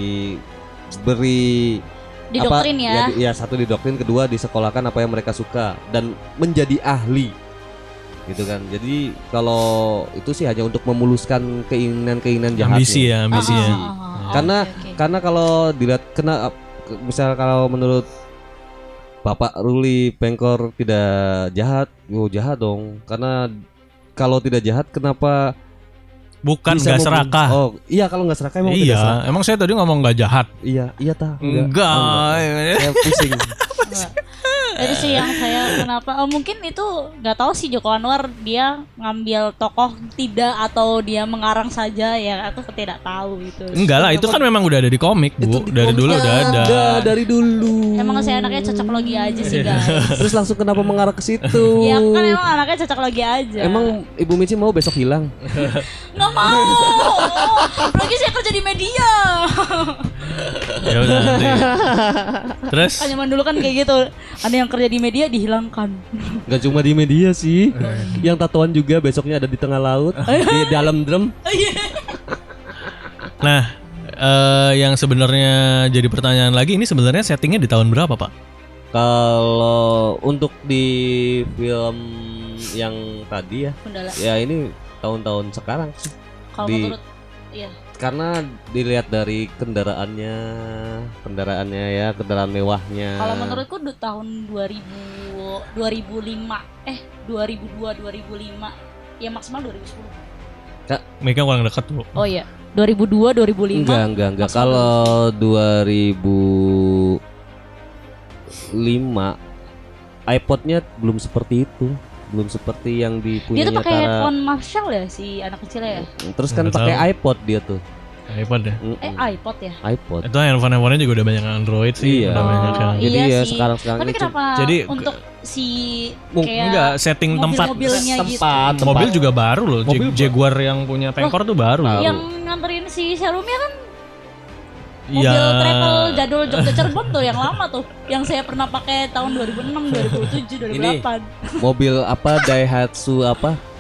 Speaker 2: diberi
Speaker 3: didoktrin ya.
Speaker 2: Ya satu didoktrin, kedua disekolahkan apa yang mereka suka dan menjadi ahli gitu kan. Jadi kalau itu sih hanya untuk memuluskan keinginan jahatnya.
Speaker 1: Ambisi ya.
Speaker 2: Karena kalau dilihat misal kalau menurut Bapak Ruli Pengkor tidak jahat, jahat dong. Karena kalau tidak jahat kenapa
Speaker 1: Bukan
Speaker 2: bisa
Speaker 1: nggak serakah.
Speaker 2: Oh iya, kalau nggak serakah emang tidak
Speaker 1: Iya,
Speaker 2: serakah.
Speaker 1: emang saya tadi ngomong nggak jahat.
Speaker 2: Iya ta.
Speaker 1: Enggak.
Speaker 2: Saya pusing.
Speaker 3: Itu sih yang saya kenapa mungkin itu nggak tahu sih Joko Anwar dia ngambil tokoh tidak atau dia mengarang saja ya, aku tidak tahu itu.
Speaker 1: Enggak lah, itu kan memang udah ada di komik, Bu. Dari dulu udah ada.
Speaker 2: Dari dulu.
Speaker 3: Emang saya anaknya cocok logi aja sih guys.
Speaker 2: Terus langsung kenapa mengarah ke situ?
Speaker 3: Ya kan emang anaknya cocok logi aja.
Speaker 2: Emang Ibu Mici mau besok hilang?
Speaker 3: Nggak mau. Lagi saya kerja di media.
Speaker 1: Ya udah nanti. Terus
Speaker 3: Kan zaman dulu kan kayak gitu. Ada yang kerja di media dihilangkan.
Speaker 2: Gak cuma di media sih. Yang tatoan juga besoknya ada di tengah laut, di dalam drum.
Speaker 1: nah, yang sebenarnya jadi pertanyaan lagi, ini sebenarnya settingnya di tahun berapa, Pak?
Speaker 2: Kalau untuk di film yang tadi ya,
Speaker 3: Gundala.
Speaker 2: ya ini tahun-tahun sekarang sih.
Speaker 3: Kalau menurut iya.
Speaker 2: Karena dilihat dari kendaraannya ya, kendaraan mewahnya.
Speaker 3: Kalau menurutku tahun 2005 2002 2005 ya maksimal 2010.
Speaker 2: Mereka
Speaker 1: kurang dekat, Bu.
Speaker 3: Oh iya, 2002 2005.
Speaker 2: Enggak. Kalau 2005 iPodnya belum seperti itu. Belum seperti yang dipunyai
Speaker 3: Dia tuh pakai
Speaker 2: Tara.
Speaker 3: headphone Marshall ya si anak kecilnya ya?
Speaker 2: Terus kan
Speaker 1: Nggak
Speaker 2: pakai
Speaker 1: tahu.
Speaker 2: iPod dia tuh.
Speaker 1: iPod ya.
Speaker 3: iPod ya?
Speaker 2: iPod.
Speaker 1: Itu handphone-handphonenya juga udah banyak yang Android sih.
Speaker 2: Iya.
Speaker 1: Udah banyak yang.
Speaker 3: Oh,
Speaker 2: Jadi
Speaker 3: iya
Speaker 2: ya
Speaker 3: sih.
Speaker 2: sekarang
Speaker 3: Tapi
Speaker 2: ini
Speaker 3: kenapa
Speaker 1: Jadi,
Speaker 3: untuk si
Speaker 1: Enggak, setting tempat.
Speaker 3: mobil-mobilnya gitu?
Speaker 2: tempat.
Speaker 1: Mobil juga baru loh.
Speaker 2: Mobil
Speaker 1: Jaguar yang punya Pengkor tuh baru.
Speaker 2: Tahu.
Speaker 3: Yang nganterin si Serumnya kan
Speaker 1: Iya.
Speaker 3: mobil travel jadul Jogja Cirebon tuh yang lama tuh, yang saya pernah pakai tahun 2006, 2007, 2008.
Speaker 2: Mobil apa Daihatsu apa?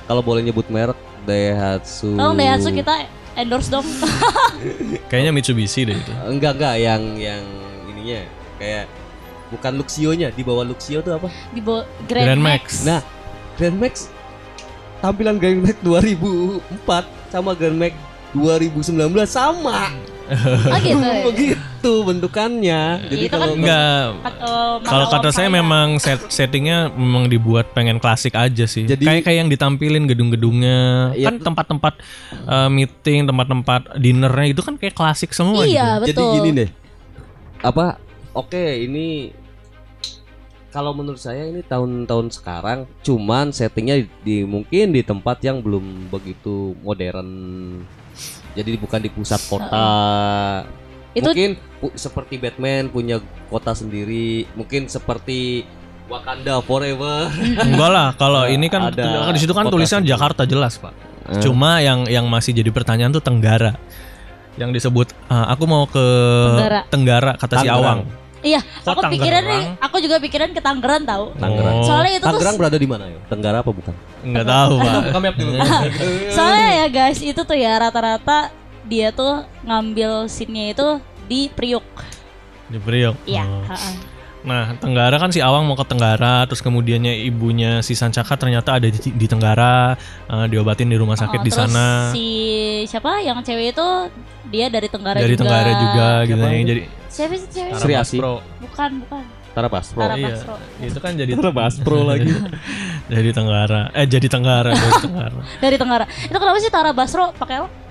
Speaker 2: kalau boleh nyebut merek Daihatsu.
Speaker 3: Tolong Daihatsu kita endorse dong.
Speaker 1: Kayaknya Mitsubishi deh itu.
Speaker 2: Enggak yang ininya kayak bukan Luxio-nya, di bawah Luxio tuh apa?
Speaker 3: Di bawah Grand Max.
Speaker 2: Nah, Grand Max tampilan Grand Max 2004 sama Grand Max 2019 sama.
Speaker 3: Gitu.
Speaker 2: Begitu bentukannya. Jadi
Speaker 3: itu kan
Speaker 1: kalau kata saya memang settingnya memang dibuat pengen klasik aja sih. Jadi kayak yang ditampilin gedung-gedungnya, kan tempat-tempat meeting, tempat-tempat dinernya itu kan kayak klasik semua.
Speaker 3: Iya,
Speaker 1: gitu.
Speaker 3: betul.
Speaker 2: Jadi gini deh. Oke, ini kalau menurut saya ini tahun-tahun sekarang, cuman settingnya mungkin di tempat yang belum begitu modern. Jadi bukan di pusat kota. Mungkin seperti Batman punya kota sendiri, mungkin seperti Wakanda Forever.
Speaker 1: Enggak lah, kalau ini kan di situ kan tulisan sendiri. Jakarta jelas, Pak. Cuma yang masih jadi pertanyaan tuh Tenggara. Yang disebut aku mau ke Tenggara kata si Awang.
Speaker 3: Iya, aku juga pikiran ke Tangerang tahu.
Speaker 2: Tangerang.
Speaker 3: Soalnya itu
Speaker 2: Tangerang berada di mana ya? Tenggara apa bukan?
Speaker 1: Enggak tahu, Pak.
Speaker 3: Soalnya ya guys, itu tuh ya rata-rata dia tuh ngambil scene-nya itu di Priuk.
Speaker 1: Di Priuk.
Speaker 3: Iya,
Speaker 1: Nah, Tenggara kan si Awang mau ke Tenggara, terus kemudiannya ibunya si Sancaka ternyata ada di Tenggara, diobatin di rumah sakit di sana.
Speaker 3: Si siapa yang cewek itu dia dari Tenggara
Speaker 1: dari
Speaker 3: juga.
Speaker 1: Dari Tenggara juga gitu yang jadi.
Speaker 3: Siapa sih cewek?
Speaker 2: Sri Asi.
Speaker 3: Bukan.
Speaker 2: Tara Basro.
Speaker 1: Iya. Itu kan jadi
Speaker 2: Tara Basro lagi.
Speaker 1: Jadi Tenggara. Jadi Tenggara, dari Tenggara.
Speaker 3: Dari Tenggara. Itu kenapa sih Tara Basro pakai apa?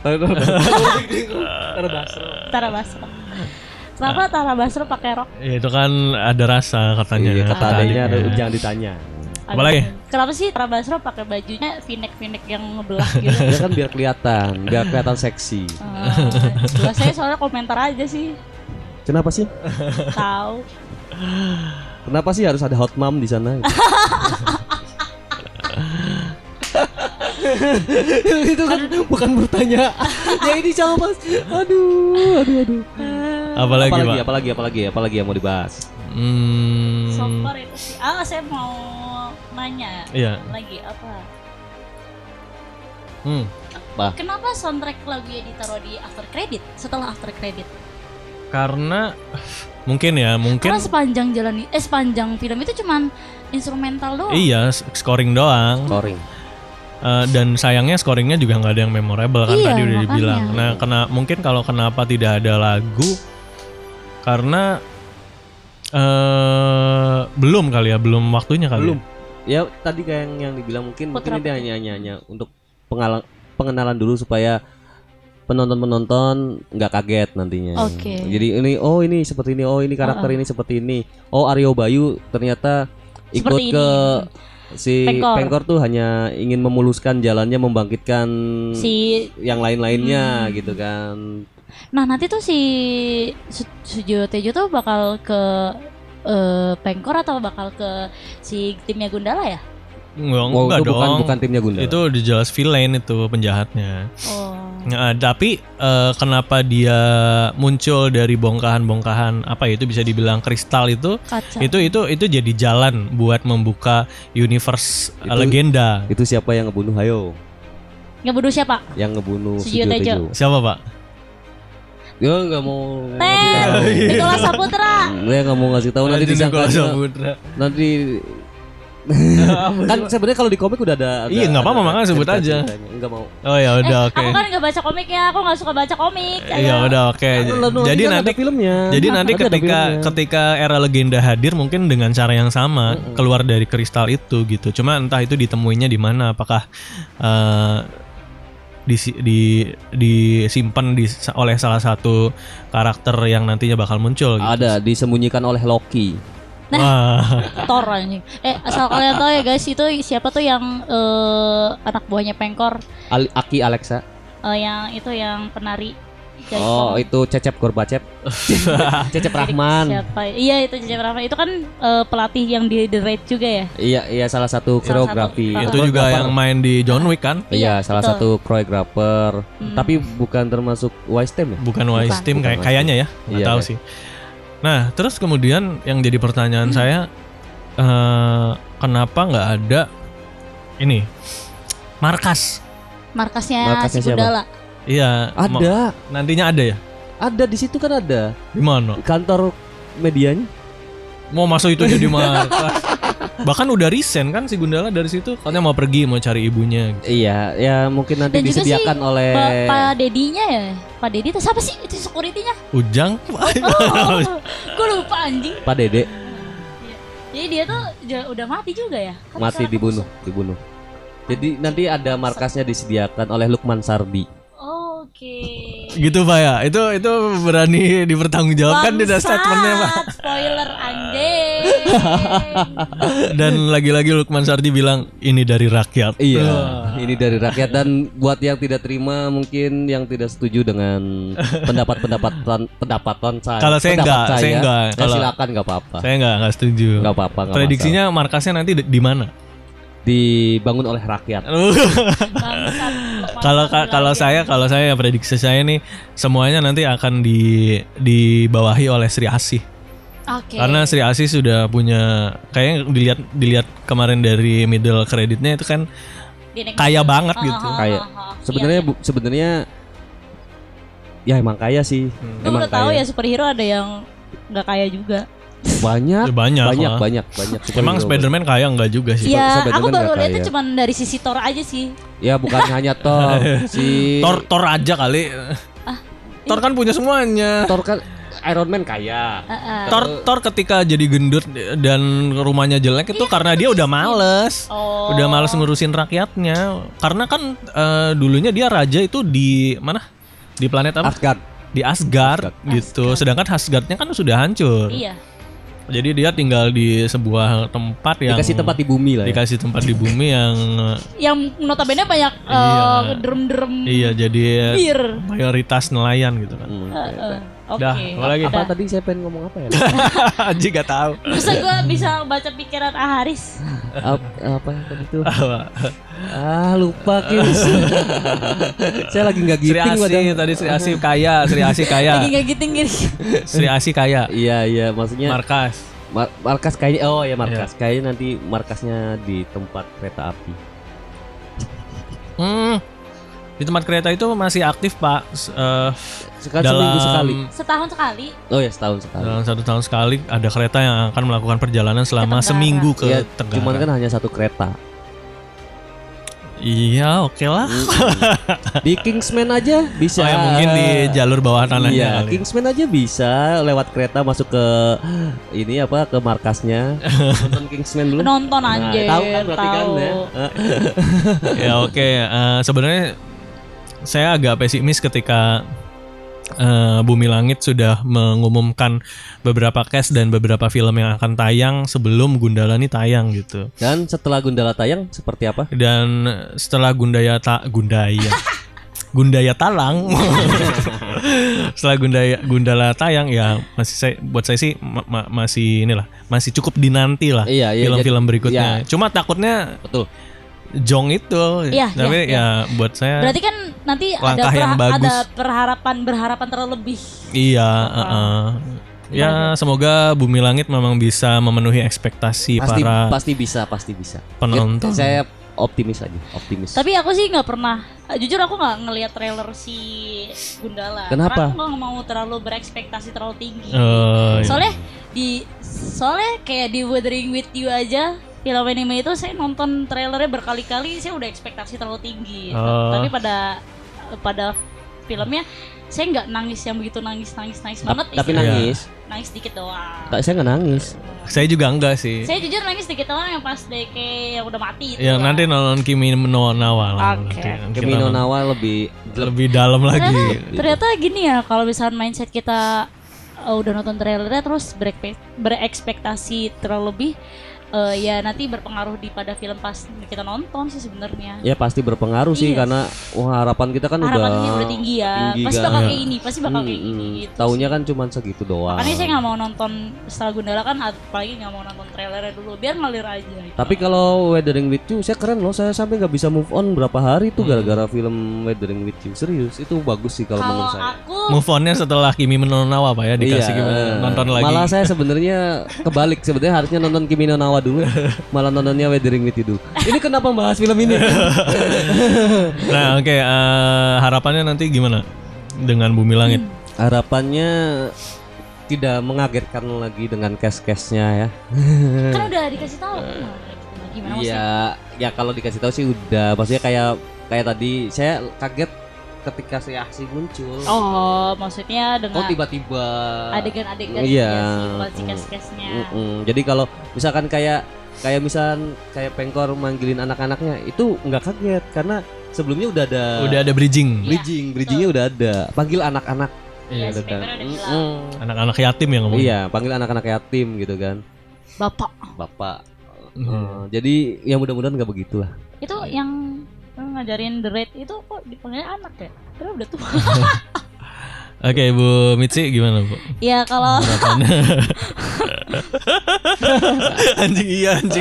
Speaker 3: Tara Basro. Kenapa Tara Basro pakai rok?
Speaker 1: Ya, itu kan ada rasa katanya.
Speaker 2: Iya, kata adanya jangan ditanya.
Speaker 1: Apalagi?
Speaker 3: Kenapa sih Tara Basro pakai bajunya v-neck yang ngebelah gitu?
Speaker 2: Ya kan biar kelihatan seksi.
Speaker 3: Saya soalnya komentar aja sih.
Speaker 2: Kenapa sih?
Speaker 3: Tahu.
Speaker 2: Kenapa sih harus ada hot mom di sana? Itu kan bukan bertanya. Ya ini sama. Aduh. Apalagi yang mau dibahas?
Speaker 3: So far itu sih. Saya mau nanya.
Speaker 1: Iya.
Speaker 3: Lagi apa?
Speaker 2: Kenapa
Speaker 3: soundtrack lagunya ditaruh di after credit? Setelah after credit?
Speaker 1: Karena mungkin
Speaker 3: karena sepanjang film itu cuman instrumental doang.
Speaker 1: Iya, scoring doang. Dan sayangnya scoringnya juga nggak ada yang memorable kan, tadi udah dibilang. Nah, mungkin kalau kenapa tidak ada lagu karena belum waktunya kali.
Speaker 2: Belum. Ya tadi kayak yang dibilang mungkin ini hanya untuk pengenalan dulu supaya penonton nggak kaget nantinya.
Speaker 3: Oke.
Speaker 2: Jadi ini seperti ini, ini karakter ini seperti ini. Aryo Bayu ternyata ikut
Speaker 3: seperti
Speaker 2: ke
Speaker 3: ini.
Speaker 2: Si Pengkor tuh hanya ingin memuluskan jalannya, membangkitkan si yang lain-lainnya gitu kan.
Speaker 3: Nah nanti tuh si Sujiwo Tejo tuh bakal ke Pengkor atau bakal ke si timnya Gundala ya?
Speaker 1: Enggak dong.
Speaker 2: Bukan timnya Gundala.
Speaker 1: Itu jelas villain itu penjahatnya. Nah, tapi kenapa dia muncul dari bongkahan-bongkahan apa ya, itu bisa dibilang kristal itu? Kaca. Itu jadi jalan buat membuka universe legenda.
Speaker 2: Itu siapa yang ngebunuh? Hayo.
Speaker 3: Ngebunuh siapa?
Speaker 2: Yang ngebunuh Sujiwo Tejo.
Speaker 1: Siapa, Pak?
Speaker 2: Dia nggak mau.
Speaker 3: Nicholas Saputra.
Speaker 2: Dia nggak mau ngasih tahu, nanti disangka nanti. Kan sebenarnya kalau di komik udah ada.
Speaker 1: Iya, nggak apa-apa, makanya sebut aja.
Speaker 2: Enggak mau.
Speaker 1: Oh ya udah, oke.
Speaker 3: Aku kan nggak baca komik ya, aku nggak suka baca komik.
Speaker 1: Iya udah, oke. Jadi nanti filmnya. Jadi nanti ketika era legenda hadir mungkin dengan cara yang sama keluar dari kristal itu gitu. Cuma entah itu ditemuinya di mana, apakah disimpan oleh salah satu karakter yang nantinya bakal muncul gitu.
Speaker 2: Ada disembunyikan oleh Loki.
Speaker 3: Nah, Thor anjing. Asal kalian tahu ya guys, itu siapa tuh yang anak buahnya Pengkor?
Speaker 2: Aki Alexa.
Speaker 3: Yang penari.
Speaker 2: Itu Cecep Gorbacep. Cecep Rahman.
Speaker 3: Siapa? Iya, itu Cecep Rahman. Itu kan pelatih yang di The Raid juga ya?
Speaker 2: Iya, salah satu koreografi.
Speaker 1: Itu juga yang main di John Wick kan?
Speaker 2: Iya, salah satu koreografer. Tapi bukan termasuk Wise Team ya?
Speaker 1: Bukan Wise Team kayaknya ya. Nggak tahu sih. Nah, terus kemudian yang jadi pertanyaan saya, kenapa nggak ada ini
Speaker 3: Markasnya si Gundala.
Speaker 1: Iya.
Speaker 2: Ada.
Speaker 1: Nantinya ada ya?
Speaker 2: Ada di situ kan ada.
Speaker 1: Di mana?
Speaker 2: Kantor medianya.
Speaker 1: Mau masuk itu jadi markas. Bahkan udah resign kan si Gundala dari situ, katanya mau pergi mau cari ibunya. Gitu.
Speaker 2: Iya, ya mungkin nanti
Speaker 3: dan
Speaker 2: disediakan
Speaker 3: sih,
Speaker 2: oleh
Speaker 3: Pak Dedinya ya. Pak Dedi itu siapa sih? Itu security-nya.
Speaker 1: Ujang.
Speaker 3: Gue lupa anjing.
Speaker 2: Pak Dede.
Speaker 3: Jadi dia tuh udah mati juga ya? Kan
Speaker 2: mati dibunuh. Jadi nanti ada markasnya disediakan oleh Lukman Sardi.
Speaker 3: Oke.
Speaker 1: Gitu Pak ya. Itu berani dipertanggungjawabkan tidak statementnya Pak.
Speaker 3: Spoiler anjing.
Speaker 1: Dan lagi-lagi Lukman Sardi bilang ini dari rakyat.
Speaker 2: Iya, ini dari rakyat. Dan buat yang tidak terima, mungkin yang tidak setuju dengan pendapatan saya.
Speaker 1: Kalau saya enggak.
Speaker 2: Kalau silakan enggak apa-apa.
Speaker 1: Saya enggak setuju.
Speaker 2: Enggak apa-apa.
Speaker 1: Prediksinya markasnya nanti di mana?
Speaker 2: Dibangun oleh rakyat.
Speaker 1: Kalau saya prediksi saya nih semuanya nanti akan dibawahi oleh Sri Asih. Karena Sri Asih sudah punya, kayaknya dilihat kemarin dari middle creditnya itu kan kaya banget gitu.
Speaker 2: Kaya. Sebenarnya ya emang kaya sih.
Speaker 3: Emang udah tahu ya superhero ada yang nggak kaya juga.
Speaker 2: Banyak.
Speaker 1: Emang Spider-Man kaya enggak juga sih?
Speaker 3: Ya, aku baru lihatnya cuma dari sisi Thor aja sih.
Speaker 2: Ya bukan hanya Thor,
Speaker 1: Thor aja kali. Thor kan punya semuanya.
Speaker 2: Thor kan Iron Man kaya.
Speaker 1: Thor ketika jadi gendut dan rumahnya jelek itu karena dia udah males. Udah males ngurusin rakyatnya. Karena kan dulunya dia raja itu di mana? Di planet apa? Di Asgard gitu. Sedangkan Asgardnya kan sudah hancur.
Speaker 3: Iya.
Speaker 1: Jadi dia tinggal di sebuah tempat yang
Speaker 2: dikasih tempat di bumi lah.
Speaker 1: Dikasih tempat di bumi
Speaker 3: yang notabene banyak drum-drum.
Speaker 1: Iya, jadi mayoritas nelayan gitu kan.
Speaker 3: Oke.
Speaker 2: Apa tadi saya pengen ngomong apa ya?
Speaker 1: Anjing gak tahu.
Speaker 3: Masa gue bisa baca pikiran Haris.
Speaker 2: Apa yang tadi tuh? Lupa Kis. Saya lagi nggak giting.
Speaker 1: Tadi Sri Asih kaya.
Speaker 3: Lagi nggak giting gini.
Speaker 1: Sri Asih kaya.
Speaker 2: Iya, maksudnya.
Speaker 1: Markas
Speaker 2: kayaknya. Oh ya markas. Kayaknya nanti markasnya di tempat kereta api.
Speaker 1: Di tempat kereta itu masih aktif Pak.
Speaker 2: Seminggu sekali.
Speaker 3: Setahun sekali.
Speaker 2: Oh ya setahun sekali.
Speaker 1: Dalam 1 tahun sekali ada kereta yang akan melakukan perjalanan selama seminggu ke Tenggara.
Speaker 2: Cuman kan hanya satu kereta.
Speaker 1: Iya, oke lah.
Speaker 2: Di Kingsman aja bisa.
Speaker 1: Mungkin di jalur bawah tanahnya.
Speaker 2: Iya, Kingsman aja bisa lewat kereta masuk ke ke markasnya. Nonton Kingsman belum?
Speaker 3: Nonton anjir.
Speaker 2: Tahu kan berarti kan ya.
Speaker 1: Ya oke. Sebenarnya saya agak pesimis ketika Bumi Langit sudah mengumumkan beberapa cast dan beberapa film yang akan tayang sebelum Gundala ini tayang gitu.
Speaker 2: Dan setelah Gundala tayang seperti apa?
Speaker 1: Dan setelah Gundaya Talang setelah Gundala tayang ya buat saya sih masih cukup dinanti lah film-film berikutnya.
Speaker 2: Iya.
Speaker 1: Cuma takutnya
Speaker 2: betul.
Speaker 1: Jong itu, tapi buat saya.
Speaker 3: Berarti kan nanti ada berharapan terlalu lebih.
Speaker 1: Iya, ya semoga Bumi Langit memang bisa memenuhi ekspektasi
Speaker 2: pasti bisa
Speaker 1: penonton.
Speaker 2: Saya optimis.
Speaker 3: Tapi aku sih nggak pernah, jujur aku nggak ngelihat trailer si Gundala.
Speaker 2: Kenapa?
Speaker 3: Karena aku nggak mau terlalu berekspektasi terlalu tinggi.
Speaker 1: Iya.
Speaker 3: Soalnya kayak di Wuthering With You aja. Film anime itu saya nonton trailernya berkali-kali, saya udah ekspektasi terlalu tinggi. Tapi pada filmnya saya nggak nangis yang begitu nangis banget.
Speaker 2: Tapi nangis
Speaker 3: dikit doang.
Speaker 2: Saya nggak nangis.
Speaker 1: Saya juga enggak sih.
Speaker 3: Saya jujur nangis dikit doang yang pas Deke yang udah mati itu.
Speaker 1: Ya nanti nonton Kimi no Nawa lah.
Speaker 2: Kimi no Nawa
Speaker 1: lebih dalam lagi.
Speaker 3: Ternyata gini ya, kalau misalnya mindset kita udah nonton trailernya terus berekspektasi terlalu lebih. Ya nanti berpengaruh pada film pas kita nonton sih sebenarnya.
Speaker 2: Ya pasti berpengaruh sih karena harapan kita kan
Speaker 3: udah tinggi ya. Pasti bakal kayak ini, gitu.
Speaker 2: Taunya kan cuma segitu doang.
Speaker 3: Makanya saya nggak mau nonton setelah Gundala kan, apalagi nggak mau nonton trailernya dulu biar ngalir aja. Gitu.
Speaker 2: Tapi kalau Wuthering With You saya keren loh, saya sampai nggak bisa move on berapa hari tuh gara-gara film Wuthering With You. Serius itu bagus sih kalau menurut saya.
Speaker 1: Move onnya setelah Kimi no Nawa Pak ya, dikasih nonton lagi.
Speaker 2: Malah saya sebenarnya kebalik, sebenarnya harusnya nonton Kimi no Nawa ketawa dulu, malah nontonnya Weathering with You. Ini kenapa bahas film ini?
Speaker 1: Nah, oke, harapannya nanti gimana dengan Bumi Langit?
Speaker 2: Harapannya tidak mengagetkan lagi dengan cast-castnya ya.
Speaker 3: Kan udah dikasih tahu. Gimana maksudnya?
Speaker 2: Ya kalau dikasih tahu sih udah, maksudnya kayak tadi saya kaget ketika si Aksi muncul.
Speaker 3: Oh, maksudnya dengan
Speaker 2: tiba-tiba
Speaker 3: adegan-adegan si cast-castnya.
Speaker 2: Jadi kalau misalkan kayak Pengkor manggilin anak-anaknya itu nggak kaget karena sebelumnya udah ada bridgingnya udah ada. Panggil anak-anak.
Speaker 3: Iya, si Pengkor udah bilang.
Speaker 1: Anak-anak yatim yang ngomong.
Speaker 2: Iya, panggil anak-anak yatim gitu kan. Bapak. Jadi ya mudah-mudahan nggak begitulah.
Speaker 3: Itu yang ngajarin The Raid itu kok dipanggil anak ya? Karena udah tua.
Speaker 1: Oke, Bu Mitsi gimana, Bu?
Speaker 3: Ya kalau
Speaker 1: anjing.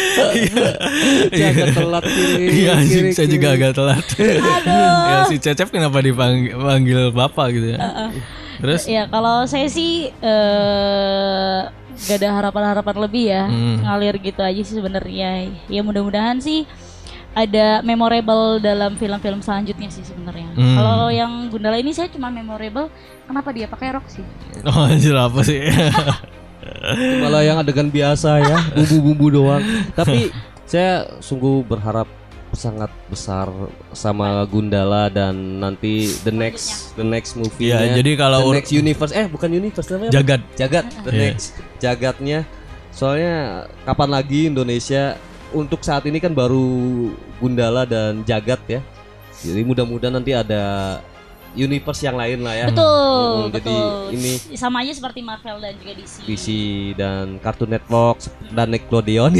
Speaker 2: Agak telat
Speaker 1: Iya anjing, saya juga agak telat.
Speaker 3: Aduh.
Speaker 1: Ya si Cecep kenapa dipanggil bapak gitu ya? Terus?
Speaker 3: Ya kalau saya sih gak ada harapan lebih ya, ngalir gitu aja sih sebenarnya. Ya mudah-mudahan sih ada memorable dalam film-film selanjutnya sih sebenarnya. Kalau yang Gundala ini saya cuma memorable kenapa dia pakai rok sih.
Speaker 1: Oh anjir apa sih?
Speaker 2: Malah yang adegan biasa ya, bumbu-bumbu doang. Tapi saya sungguh berharap sangat besar sama Gundala dan nanti the next movie-nya.
Speaker 1: Ya, jadi kalau
Speaker 2: the next universe, bukan universe namanya. Jagat. The next jagatnya. Soalnya kapan lagi Indonesia untuk saat ini kan baru Gundala dan Jagat ya. Jadi mudah-mudahan nanti ada universe yang lain lah ya.
Speaker 3: Betul.
Speaker 2: Jadi ini
Speaker 3: sama aja seperti Marvel dan juga DC
Speaker 2: dan Cartoon Network dan Nickelodeon.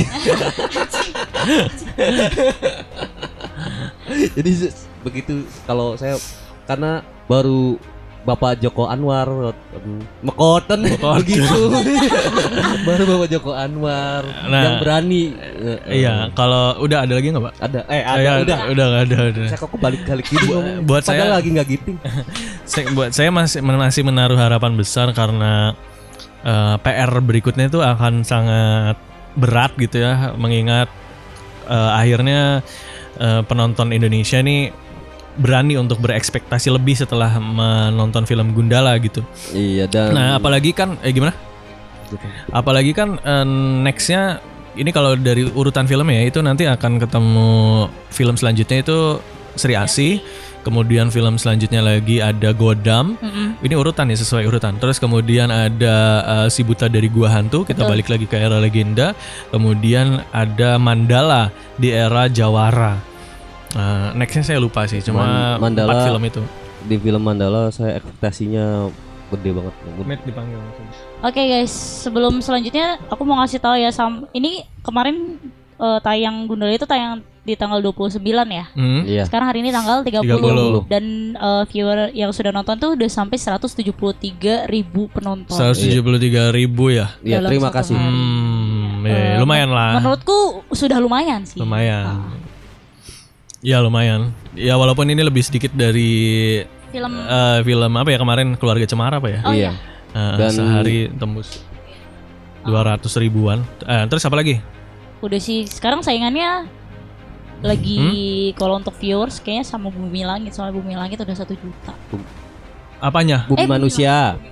Speaker 2: Jadi begitu kalau saya karena baru Bapak Joko Anwar mekoten begitu. Baru Bapak Joko Anwar yang berani.
Speaker 1: Iya, kalau udah ada lagi nggak Pak?
Speaker 2: Ada.
Speaker 1: Udah nggak ada.
Speaker 2: Saya kok kebalik-balik gitu.
Speaker 1: Buat saya
Speaker 2: lagi nggak giting.
Speaker 1: Buat saya masih menaruh harapan besar karena PR berikutnya itu akan sangat berat gitu ya, mengingat akhirnya penonton Indonesia nih berani untuk berekspektasi lebih setelah menonton film Gundala gitu.
Speaker 2: Iya dan.
Speaker 1: Nah apalagi kan gimana? Apalagi kan nextnya ini kalau dari urutan filmnya ya itu nanti akan ketemu film selanjutnya itu Sri Asih. Kemudian film selanjutnya lagi ada Godam. Ini urutan ya sesuai urutan. Terus kemudian ada Si Buta dari Gua Hantu. Kita balik lagi ke era legenda. Kemudian ada Mandala di era Jawara. Nextnya saya lupa sih. Cuma
Speaker 2: Mandala,
Speaker 1: 4 film itu.
Speaker 2: Di film Mandala saya ekspektasinya gede banget.
Speaker 1: Matt dipanggil.
Speaker 3: Oke guys, sebelum selanjutnya aku mau ngasih tahu ya ini kemarin tayang Gundala itu tayang di tanggal 29 ya.
Speaker 2: Iya.
Speaker 3: Sekarang hari ini tanggal 30. Dan viewer yang sudah nonton tuh udah sampai 173.000 penonton.
Speaker 1: 173.000 ya.
Speaker 2: Iya, terima kasih.
Speaker 1: Lumayan lah.
Speaker 3: Menurutku sudah lumayan sih.
Speaker 1: Lumayan. Ya lumayan. Ya walaupun ini lebih sedikit dari film apa ya kemarin Keluarga Cemara apa ya?
Speaker 3: Oh iya.
Speaker 2: Dan
Speaker 1: sehari tembus 200 ribuan. Terus apa lagi?
Speaker 3: Udah sih sekarang saingannya lagi kalau untuk viewers kayaknya sama Bumi Langit. Soalnya Bumi Langit udah 1 juta.
Speaker 1: Apanya?
Speaker 2: Bumi Manusia.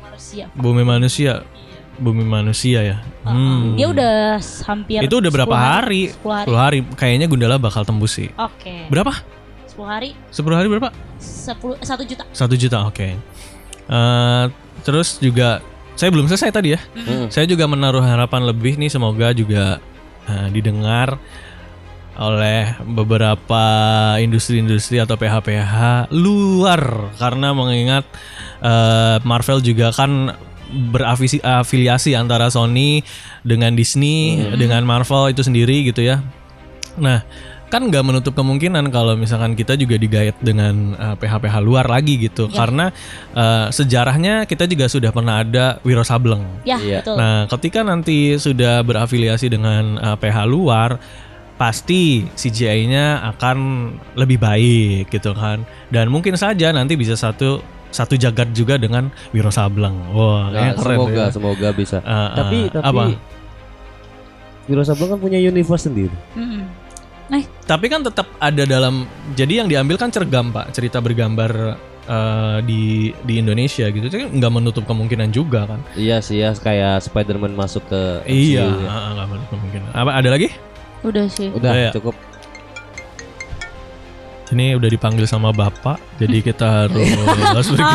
Speaker 1: Bumi Manusia ya.
Speaker 3: Dia udah hampir.
Speaker 1: Itu udah berapa hari?
Speaker 3: 10
Speaker 1: hari. Kayaknya Gundala bakal tembus sih.
Speaker 3: Oke.
Speaker 1: Berapa?
Speaker 3: 10 hari.
Speaker 1: 10 hari berapa?
Speaker 3: 1 juta.
Speaker 1: 1 juta, oke. Terus juga saya belum selesai tadi ya. Saya juga menaruh harapan lebih nih, semoga juga didengar oleh beberapa industri-industri atau PH-PH luar, karena mengingat Marvel juga kan berafiliasi antara Sony dengan Disney dengan Marvel itu sendiri gitu ya. Nah kan nggak menutup kemungkinan kalau misalkan kita juga digait dengan PH-PH luar lagi gitu ya. Karena sejarahnya kita juga sudah pernah ada Wiro Sableng
Speaker 3: ya, betul.
Speaker 1: Nah ketika nanti sudah berafiliasi dengan PH luar, pasti CGI-nya akan lebih baik gitu kan. Dan mungkin saja nanti bisa satu jagat juga dengan Wiro Sableng. Wah, keren.
Speaker 2: Semoga bisa. Tapi
Speaker 1: apa?
Speaker 2: Wiro Sableng kan punya universe sendiri.
Speaker 1: Tapi kan tetap ada dalam, jadi yang diambil kan cergam Pak, cerita bergambar di Indonesia gitu, jadi nggak menutup kemungkinan juga kan.
Speaker 2: Iya sih ya, kayak Spider-Man masuk ke MCU.
Speaker 1: Iya, nggak menutup kemungkinan. Apa ada lagi?
Speaker 3: Udah sih.
Speaker 2: Udah cukup.
Speaker 1: Ini udah dipanggil sama Bapak, jadi kita harus pergi.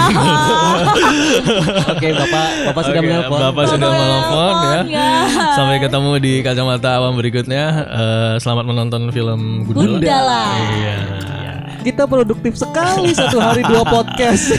Speaker 2: Oke, Bapak sudah menelpon.
Speaker 1: Bapak sudah menelpon ya. Sampai ketemu di Kacamata Awam berikutnya. Selamat menonton film
Speaker 3: Gundala.
Speaker 1: Iya.
Speaker 2: Kita produktif sekali, 1 hari 2 podcast.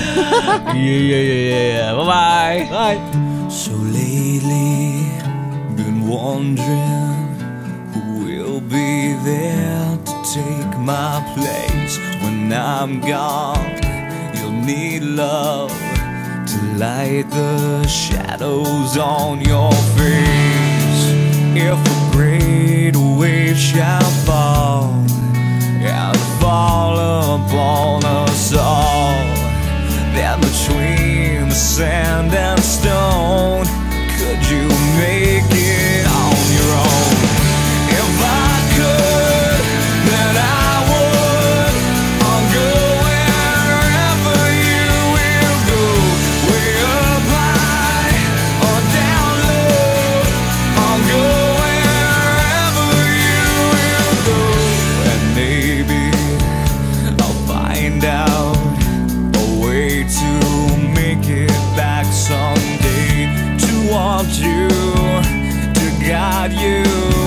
Speaker 1: Iya. Bye.
Speaker 2: Bye.
Speaker 4: So lately, been wondering who will be there to take my place when I'm gone. You'll need love to light the shadows on your face. If a great wave shall fall and fall upon us all, then between the sand and stone, could you make it on your own? If I could, then I would. I'll go wherever you will go, way up high or down low. I'll go wherever you will go, and maybe I'll find out a way to make it back someday, to want you, to guide you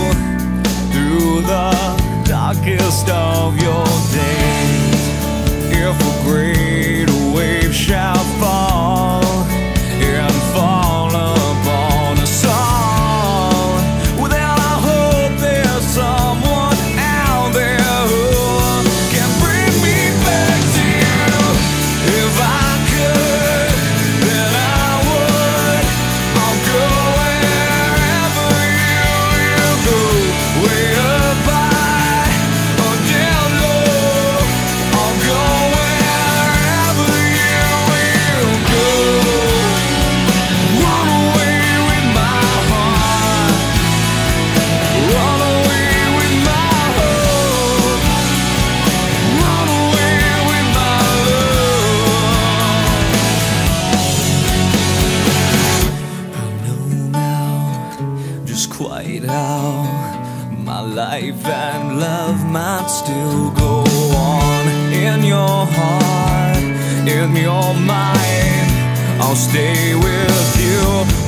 Speaker 4: through the darkest of your days. If a great wave shall fall and fall upon us all, well then I hope there's someone out there who can bring me back to you. If I could, then I would. I'll go wherever you will go, way up high or down low. I'll go wherever you will go. Run away with my heart, run away with my hope, run away with my love. I know now just quite how my life and love might still go on. In your heart, in your mind, I'll stay with you.